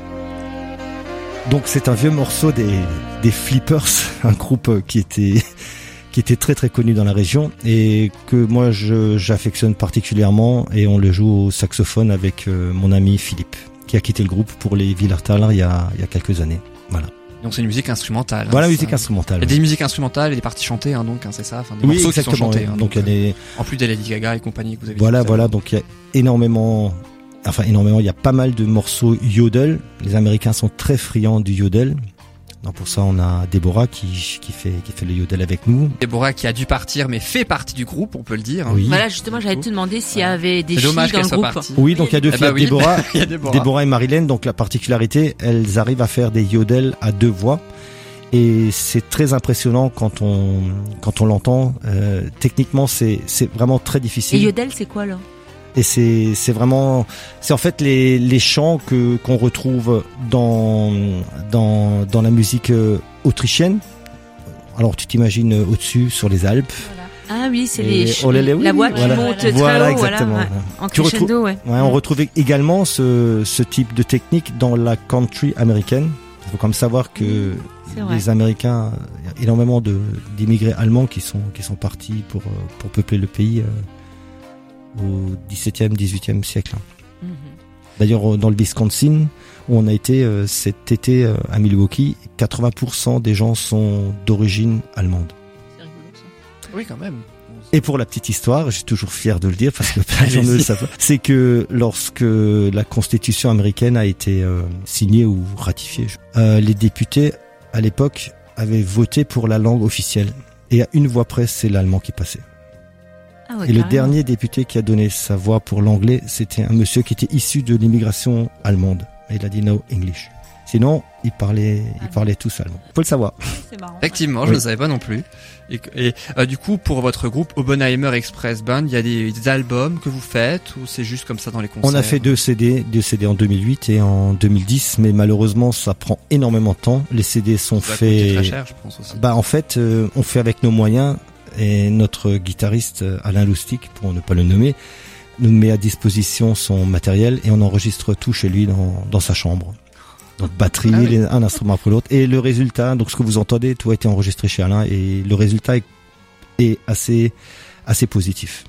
Donc c'est un vieux morceau des Flippers, un groupe qui était très très connu dans la région et que moi j'affectionne particulièrement et on le joue au saxophone avec mon ami Philippe qui a quitté le groupe pour les Villartal il y a quelques années. Voilà. Donc c'est une musique instrumentale. Voilà, musique instrumentale. Il y a des musiques instrumentales et des parties chantées donc c'est ça, des oui, morceaux exactement, qui sont chantés. Donc il y a des en plus des Lady Gaga et compagnie que vous avez Voilà, donc il y a énormément, il y a pas mal de morceaux yodel. Les Américains sont très friands du yodel. Donc pour ça, on a Déborah qui fait le yodel avec nous. Déborah qui a dû partir, mais fait partie du groupe, on peut le dire. Oui. Voilà, justement, j'allais te demander s'il y avait des filles dans le groupe. Partie. Oui, donc il y a deux filles, oui. Déborah et Marilyn. Donc la particularité, elles arrivent à faire des yodels à deux voix. Et c'est très impressionnant quand on l'entend. Techniquement, c'est vraiment très difficile. Et yodel, c'est quoi là? Et c'est en fait les chants qu'on retrouve dans la musique autrichienne. Alors tu t'imagines au-dessus sur les Alpes. Voilà. Ah oui, c'est la voix qui monte très haut. Voilà, exactement. Voilà. En crescendo, on retrouve également ce type de technique dans la country américaine. Il faut quand même savoir que les Américains, il y a énormément d'immigrés allemands qui sont partis pour peupler le pays. Au XVIIe, XVIIIe siècle. D'ailleurs, dans le Wisconsin, où on a été cet été à Milwaukee, 80% des gens sont d'origine allemande. C'est rigolo ça. Oui, quand même. Et pour la petite histoire, je suis toujours fier de le dire parce que les gens ne le savent pas, c'est que lorsque la Constitution américaine a été signée ou ratifiée, les députés à l'époque avaient voté pour la langue officielle. Et à une voix près, c'est l'allemand qui passait. Et le dernier député qui a donné sa voix pour l'anglais, c'était un monsieur qui était issu de l'immigration allemande. Et il a dit no English. Sinon, il parlait tous allemand. Faut le savoir. C'est marrant. Effectivement, je ne le savais pas non plus. Et du coup, pour votre groupe Oppenheimer Express Band, il y a des albums que vous faites ou c'est juste comme ça dans les concerts? On a fait deux CD en 2008 et en 2010, mais malheureusement, ça prend énormément de temps. Les CD sont faits. Ça coûte très cher, je pense aussi. En fait, on fait avec nos moyens. Et notre guitariste Alain Loustic, pour ne pas le nommer, nous met à disposition son matériel et on enregistre tout chez lui dans sa chambre. Donc batterie, un instrument après l'autre. Et le résultat, donc ce que vous entendez, tout a été enregistré chez Alain et le résultat est assez positif.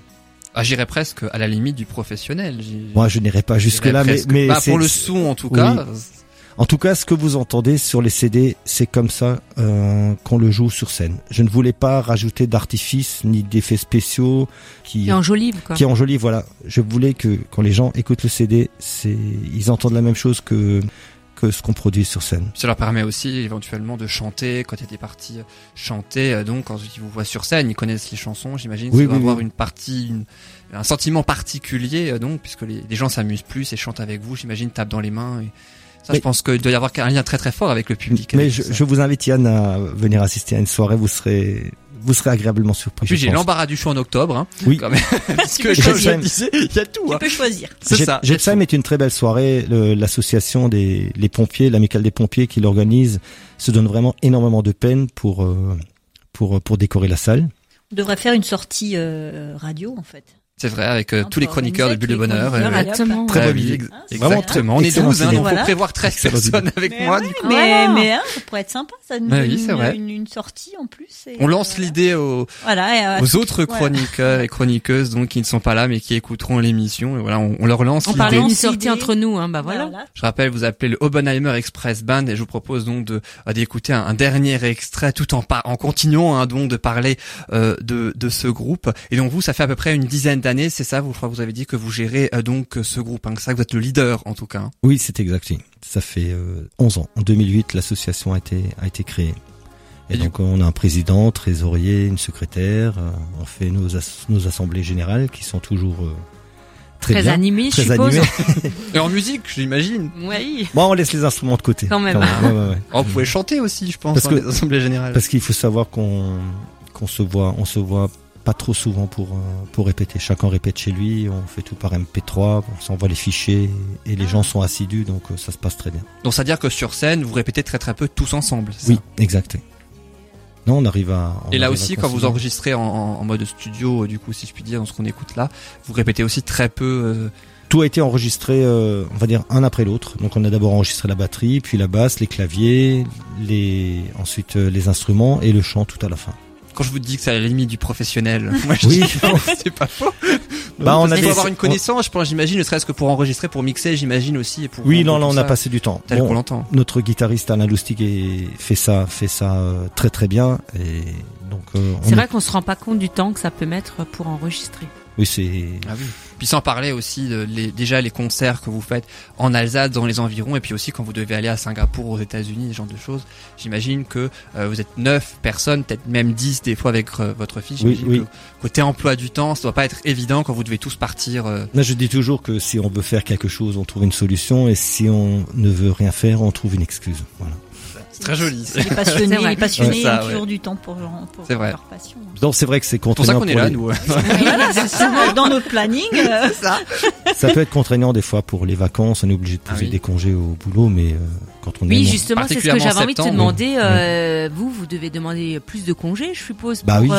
J'irais presque à la limite du professionnel. Moi, je n'irais pas jusque-là, mais pour le son en tout cas. En tout cas, ce que vous entendez sur les CD, c'est comme ça qu'on le joue sur scène. Je ne voulais pas rajouter d'artifices ni d'effets spéciaux qui enjolivent, quoi. Qui enjolivent, voilà. Je voulais que quand les gens écoutent le CD, ils entendent la même chose que ce qu'on produit sur scène. Ça leur permet aussi éventuellement de chanter quand il y a des parties chantées. Donc quand ils vous voient sur scène, ils connaissent les chansons. J'imagine qu'il doit avoir une partie, un sentiment particulier. Donc puisque les gens s'amusent plus et chantent avec vous, j'imagine tapent dans les mains. Et ça, je pense qu'il doit y avoir un lien très très fort avec le public. Mais je vous invite, Yann, à venir assister à une soirée. Vous serez agréablement surpris. Puis j'ai l'embarras du choix en octobre, hein. Oui. Quand même. Parce que comme je disais, il y a tout. Tu peux choisir. C'est ça. Jepsheim est une très belle soirée. L'association les pompiers, l'amicale des pompiers qui l'organise, se donne vraiment énormément de peine pour décorer la salle. On devrait faire une sortie radio, en fait. C'est vrai, avec tous les chroniqueurs de Bulle de Bonheur. Exactement. Très bonne idée. Exactement. On est 12, hein, donc faut prévoir 13 personnes avec moi. Du coup. Mais ça pourrait être sympa, ça nous fait une sortie en plus. Et on lance l'idée aux autres chroniqueurs et chroniqueuses donc qui ne sont pas là mais qui écouteront l'émission. Et voilà, on leur lance l'idée. On parlait d'une sortie entre nous, hein, bah voilà. Je rappelle, vous appelez le Oppenheimer Express Band et je vous propose donc d'écouter un dernier extrait tout en continuant hein, donc de parler de ce groupe. Et donc vous, ça fait à peu près une dizaine d'années, c'est ça, je crois que vous avez dit que vous gérez donc ce groupe, hein, que ça, vous êtes le leader en tout cas. Hein. Oui, c'est exact. Oui. Ça fait 11 ans. En 2008, l'association a été créée. Et donc on a un président, trésorier, une secrétaire. On fait nos assemblées générales qui sont toujours très bien, animées, je suppose. Et en musique, j'imagine. Oui. Bon, on laisse les instruments de côté. Quand même. Ouais. On pouvait chanter aussi, je pense, dans les assemblées générales. Parce qu'il faut savoir qu'on se voit pas trop souvent pour répéter. Chacun répète chez lui, on fait tout par MP3, on s'envoie les fichiers et les gens sont assidus, donc ça se passe très bien. Donc ça veut dire que sur scène, vous répétez très très peu tous ensemble, c'est ça? Oui, exact. Non, on arrive à... Et là aussi, quand vous enregistrez en mode studio, du coup, si je puis dire, dans ce qu'on écoute là, vous répétez aussi très peu... Tout a été enregistré, on va dire, un après l'autre. Donc on a d'abord enregistré la batterie, puis la basse, les claviers, ensuite les instruments et le chant tout à la fin. Quand je vous dis que c'est à la limite du professionnel, moi je dis c'est pas faux. On faut avoir une connaissance, je pense, j'imagine, ne serait-ce que pour enregistrer, pour mixer, j'imagine aussi. Et pour on a passé du temps. Tel qu'on l'entend. Notre guitariste Alain Lustig fait ça très très bien. Et donc c'est vrai qu'on se rend pas compte du temps que ça peut mettre pour enregistrer. Oui, c'est. Ah oui. Puis sans parler aussi déjà les concerts que vous faites en Alsace, dans les environs, et puis aussi quand vous devez aller à Singapour, aux États-Unis, ce genre de choses. J'imagine que vous êtes 9 personnes, peut-être même 10 des fois avec votre fille. Oui. Que côté emploi du temps, ça doit pas être évident quand vous devez tous partir. Là, je dis toujours que si on veut faire quelque chose, on trouve une solution, et si on ne veut rien faire, on trouve une excuse. Voilà. C'est très joli. Les passionnés ont toujours du temps pour leur passion. Donc c'est vrai que c'est contraignant. C'est pour ça qu'on est là, nous. Voilà, c'est ça. Dans notre planning, ça. Ça peut être contraignant des fois pour les vacances. On est obligé de poser des congés au boulot, mais quand on est... Oui, justement, c'est ce que j'avais envie de te demander. Vous devez demander plus de congés, je suppose. Oui.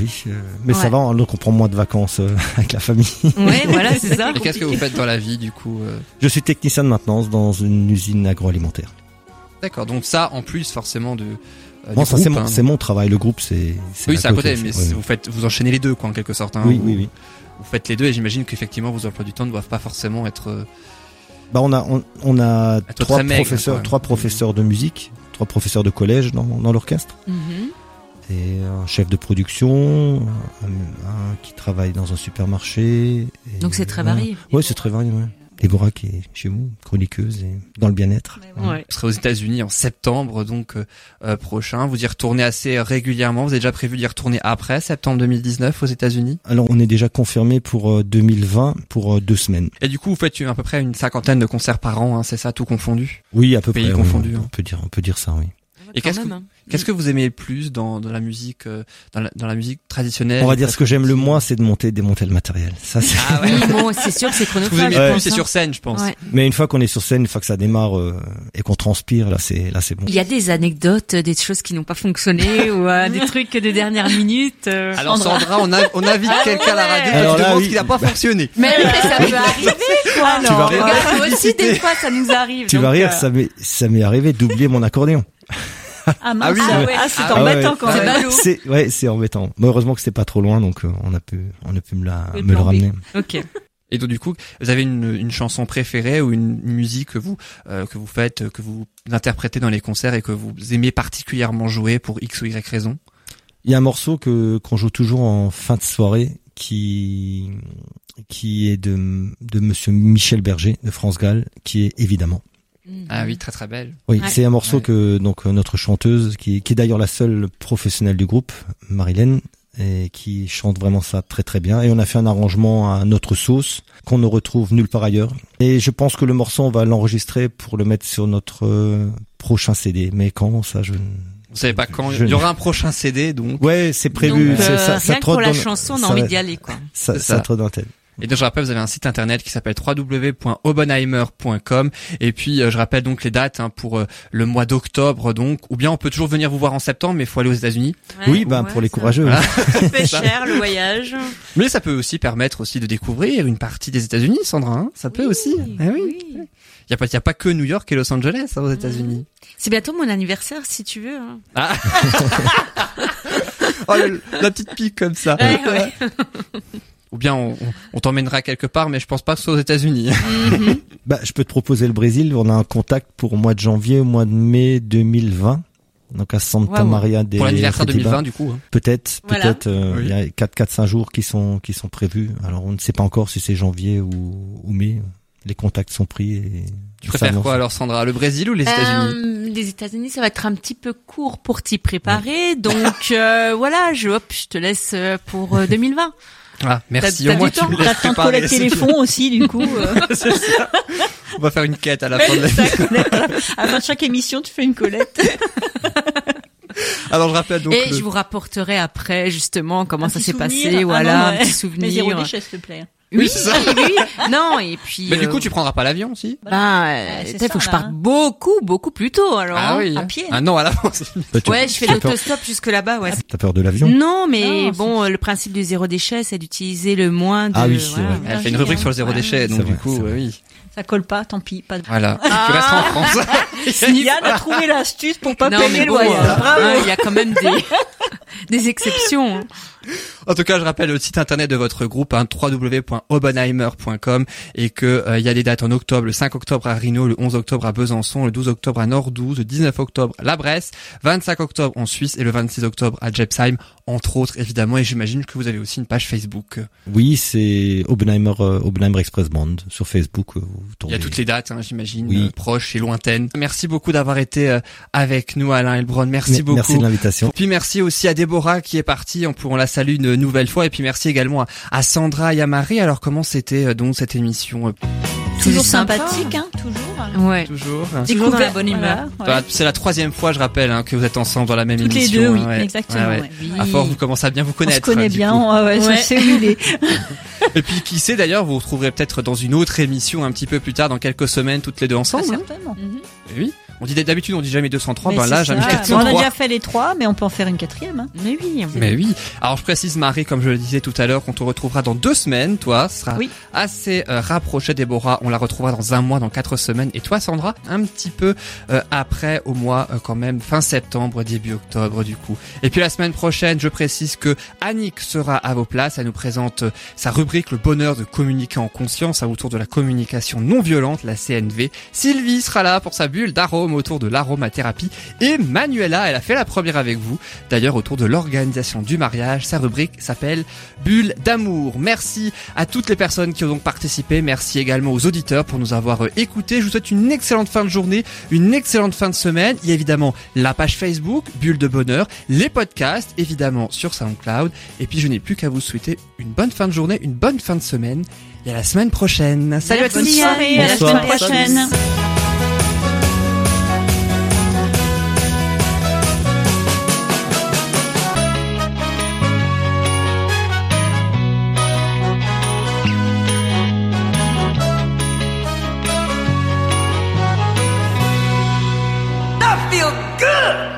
Mais ça va, donc on prend moins de vacances avec la famille. Ouais, voilà, c'est ça. Et qu'est-ce que vous faites dans la vie, du coup Je suis technicien de maintenance dans une usine agroalimentaire. D'accord, donc ça en plus forcément de. Bon, ça groupe, c'est mon travail. Le groupe c'est. Oui, c'est à côté, mais vous enchaînez les deux quoi en quelque sorte. Hein, oui. Vous faites les deux et j'imagine qu'effectivement vos emplois du temps ne doivent pas forcément être. On a trois professeurs de musique, 3 professeurs de collège dans l'orchestre. Mm-hmm. Et un chef de production, un qui travaille dans un supermarché. Donc c'est très varié. Oui, c'est très varié. Ouais. Déborah qui est chez vous, chroniqueuse et dans le bien-être. Ouais. Vous serez aux États-Unis en septembre donc prochain. Vous y retournez assez régulièrement. Vous avez déjà prévu d'y retourner après septembre 2019 aux États-Unis? Alors on est déjà confirmé pour 2020 pour 2 semaines. Et du coup vous faites à peu près une 50aine de concerts par an, hein, c'est ça, tout confondu? Oui, à peu près. Pays confondu. Oui, on peut dire ça, oui. Et qu'est-ce que vous aimez le plus dans la musique dans la musique traditionnelle? On va dire ce que j'aime le moins, c'est de démonter le matériel. Ça c'est. Ah ouais. Oui, bon, c'est sûr que c'est chronophage. Vous aimez plus, c'est sur scène, je pense. Ouais. Mais une fois qu'on est sur scène, une fois que ça démarre et qu'on transpire, là c'est bon. Il y a des anecdotes, des choses qui n'ont pas fonctionné ou des trucs de dernière minute. Alors Sandra, on invite quelqu'un à la radio qui demande ce qui n'a pas fonctionné. Mais ça peut arriver quoi. Alors, regarde, aussi des fois ça nous arrive. Tu vas rire, ça m'est arrivé d'oublier mon accordéon. Ah mince, oui, c'est embêtant quand même. C'est embêtant. Mais heureusement que c'était pas trop loin, donc on a pu me le ramener. Ok. Et donc du coup, vous avez une chanson préférée ou une musique que vous faites, que vous interprétez dans les concerts et que vous aimez particulièrement jouer pour X ou Y raison? Il y a un morceau qu'on joue toujours en fin de soirée qui est de monsieur Michel Berger de France Gall, qui est évidemment. Ah oui, très très belle. Oui, c'est un morceau que donc notre chanteuse qui est d'ailleurs la seule professionnelle du groupe, Marilène, et qui chante vraiment ça très très bien. Et on a fait un arrangement à notre sauce qu'on ne retrouve nulle part ailleurs. Et je pense que le morceau, on va l'enregistrer pour le mettre sur notre prochain CD. Mais quand, ça, vous savez pas quand il y aura un prochain CD, donc. Ouais, c'est prévu. Donc, ça rien que pour la chanson, on a envie d'y aller, quoi. Ça trotte dans la tête. Et donc je rappelle, vous avez un site internet qui s'appelle www.obenheimer.com. Et puis je rappelle donc les dates pour le mois d'octobre, donc. Ou bien on peut toujours venir vous voir en septembre, mais il faut aller aux États-unis. Ouais, pour les courageux. Voilà. Ça fait cher le voyage. Mais ça peut aussi permettre aussi de découvrir une partie des États-Unis, Sandra. Hein, ça peut aussi. Oui. Il y a pas que New York et Los Angeles aux États-Unis. C'est bientôt mon anniversaire, si tu veux. Hein. Ah. Oh, la petite pique comme ça. Ouais. Ou bien on t'emmènera quelque part, mais je pense pas que ce soit aux États-Unis. Je peux te proposer le Brésil. On a un contact pour au mois de janvier, au mois de mai 2020. Donc à Santa Maria des pour l'anniversaire 2020 du coup. Hein. Peut-être. Il y a 4-5 jours qui sont prévus. Alors on ne sait pas encore si c'est janvier ou mai. Les contacts sont pris et tu préfères quoi alors, Sandra, le Brésil ou les États-Unis? Les États-Unis, ça va être un petit peu court pour t'y préparer. Donc voilà, je te laisse pour 2020. Ah, merci. Au moins, tu me laisses préparer. T'attends de collecter les fonds aussi, du coup. C'est ça. On va faire une quête à la fin de l'année. À la fin de chaque émission, tu fais une collecte. Alors, je rappelle donc. Et je vous rapporterai après, justement, comment ça s'est passé. Voilà, un petit souvenir. Mais zéro déchet, s'il te plaît. Oui, c'est ça. Oui. Non, et puis. Mais du coup, tu prendras pas l'avion, si? Peut-être faut que je parte beaucoup plus tôt, alors. Ah oui. À pied. Ah non, à l'avance. Ouais, je fais l'autostop jusque là-bas, ouais. T'as peur de l'avion? Non, mais le principe du zéro déchet, c'est d'utiliser le moins de. Ah oui, c'est vrai. Elle fait une rubrique sur le zéro déchet, donc du coup, oui. Ça colle pas, tant pis, pas de. Voilà. Tu resteras en France. Yann a trouvé l'astuce pour pas payer le voyage. Il y a quand même des exceptions. En tout cas, je rappelle le site internet de votre groupe, www.obenheimer.com, et que il y a des dates en octobre, le 5 octobre à Rhino, le 11 octobre à Besançon, le 12 octobre à Nord-12, le 19 octobre à La Bresse, 25 octobre en Suisse et le 26 octobre à Jepsheim, entre autres évidemment. Et j'imagine que vous avez aussi une page Facebook. Oui, c'est Obenheimer Express Band sur Facebook. Vous tombez. Il y a toutes les dates, j'imagine, proches et lointaines. Merci beaucoup d'avoir été avec nous, Alain Heilbronn. Merci beaucoup. Merci de l'invitation. Puis merci aussi à Déborah qui est partie. On la salue une nouvelle fois. Et puis merci également à Sandra et à Marie. Alors comment c'était donc cette émission? Toujours sympathique, toujours. Ouais. Toujours dans la bonne humeur. Voilà. Ouais. C'est la 3e fois, je rappelle, que vous êtes ensemble dans la même Toutes émission. Les deux, oui, exactement. Ouais. Oui. À force, vous commencez à bien vous connaître. On se connaît bien, je sais où il est. Et puis, qui sait, d'ailleurs, vous vous retrouverez peut-être dans une autre émission un petit peu plus tard, dans quelques semaines, toutes les deux ensemble. Certainement. Et oui. D'habitude, on dit jamais 203. Mais là, jamais 403. On a déjà fait les 3, mais on peut en faire une 4e. Mais oui. Alors, je précise, Marie, comme je le disais tout à l'heure, qu'on te retrouvera dans 2 semaines. Toi, ce sera assez rapproché. Déborah, on la retrouvera dans 1 mois, dans 4 semaines. Et toi, Sandra, un petit peu après, au mois quand même, fin septembre, début octobre, du coup. Et puis la semaine prochaine, je précise que Annick sera à vos places. Elle nous présente sa rubrique Le bonheur de communiquer en conscience autour de la communication non violente, la CNV. Sylvie sera là pour sa bulle d'arôme autour de l'aromathérapie, et Manuela, elle a fait la première avec vous, d'ailleurs autour de l'organisation du mariage. Sa rubrique s'appelle Bulle d'amour. Merci à toutes les personnes qui ont donc participé, merci également aux auditeurs pour nous avoir écoutés. Je vous souhaite une excellente fin de journée, une excellente fin de semaine. Il y a évidemment la page Facebook Bulle de bonheur, les podcasts évidemment sur SoundCloud, et puis je n'ai plus qu'à vous souhaiter une bonne fin de journée, une bonne fin de semaine, et à la semaine prochaine. Salut à tous. Bonne soirée, à la semaine prochaine. Salut.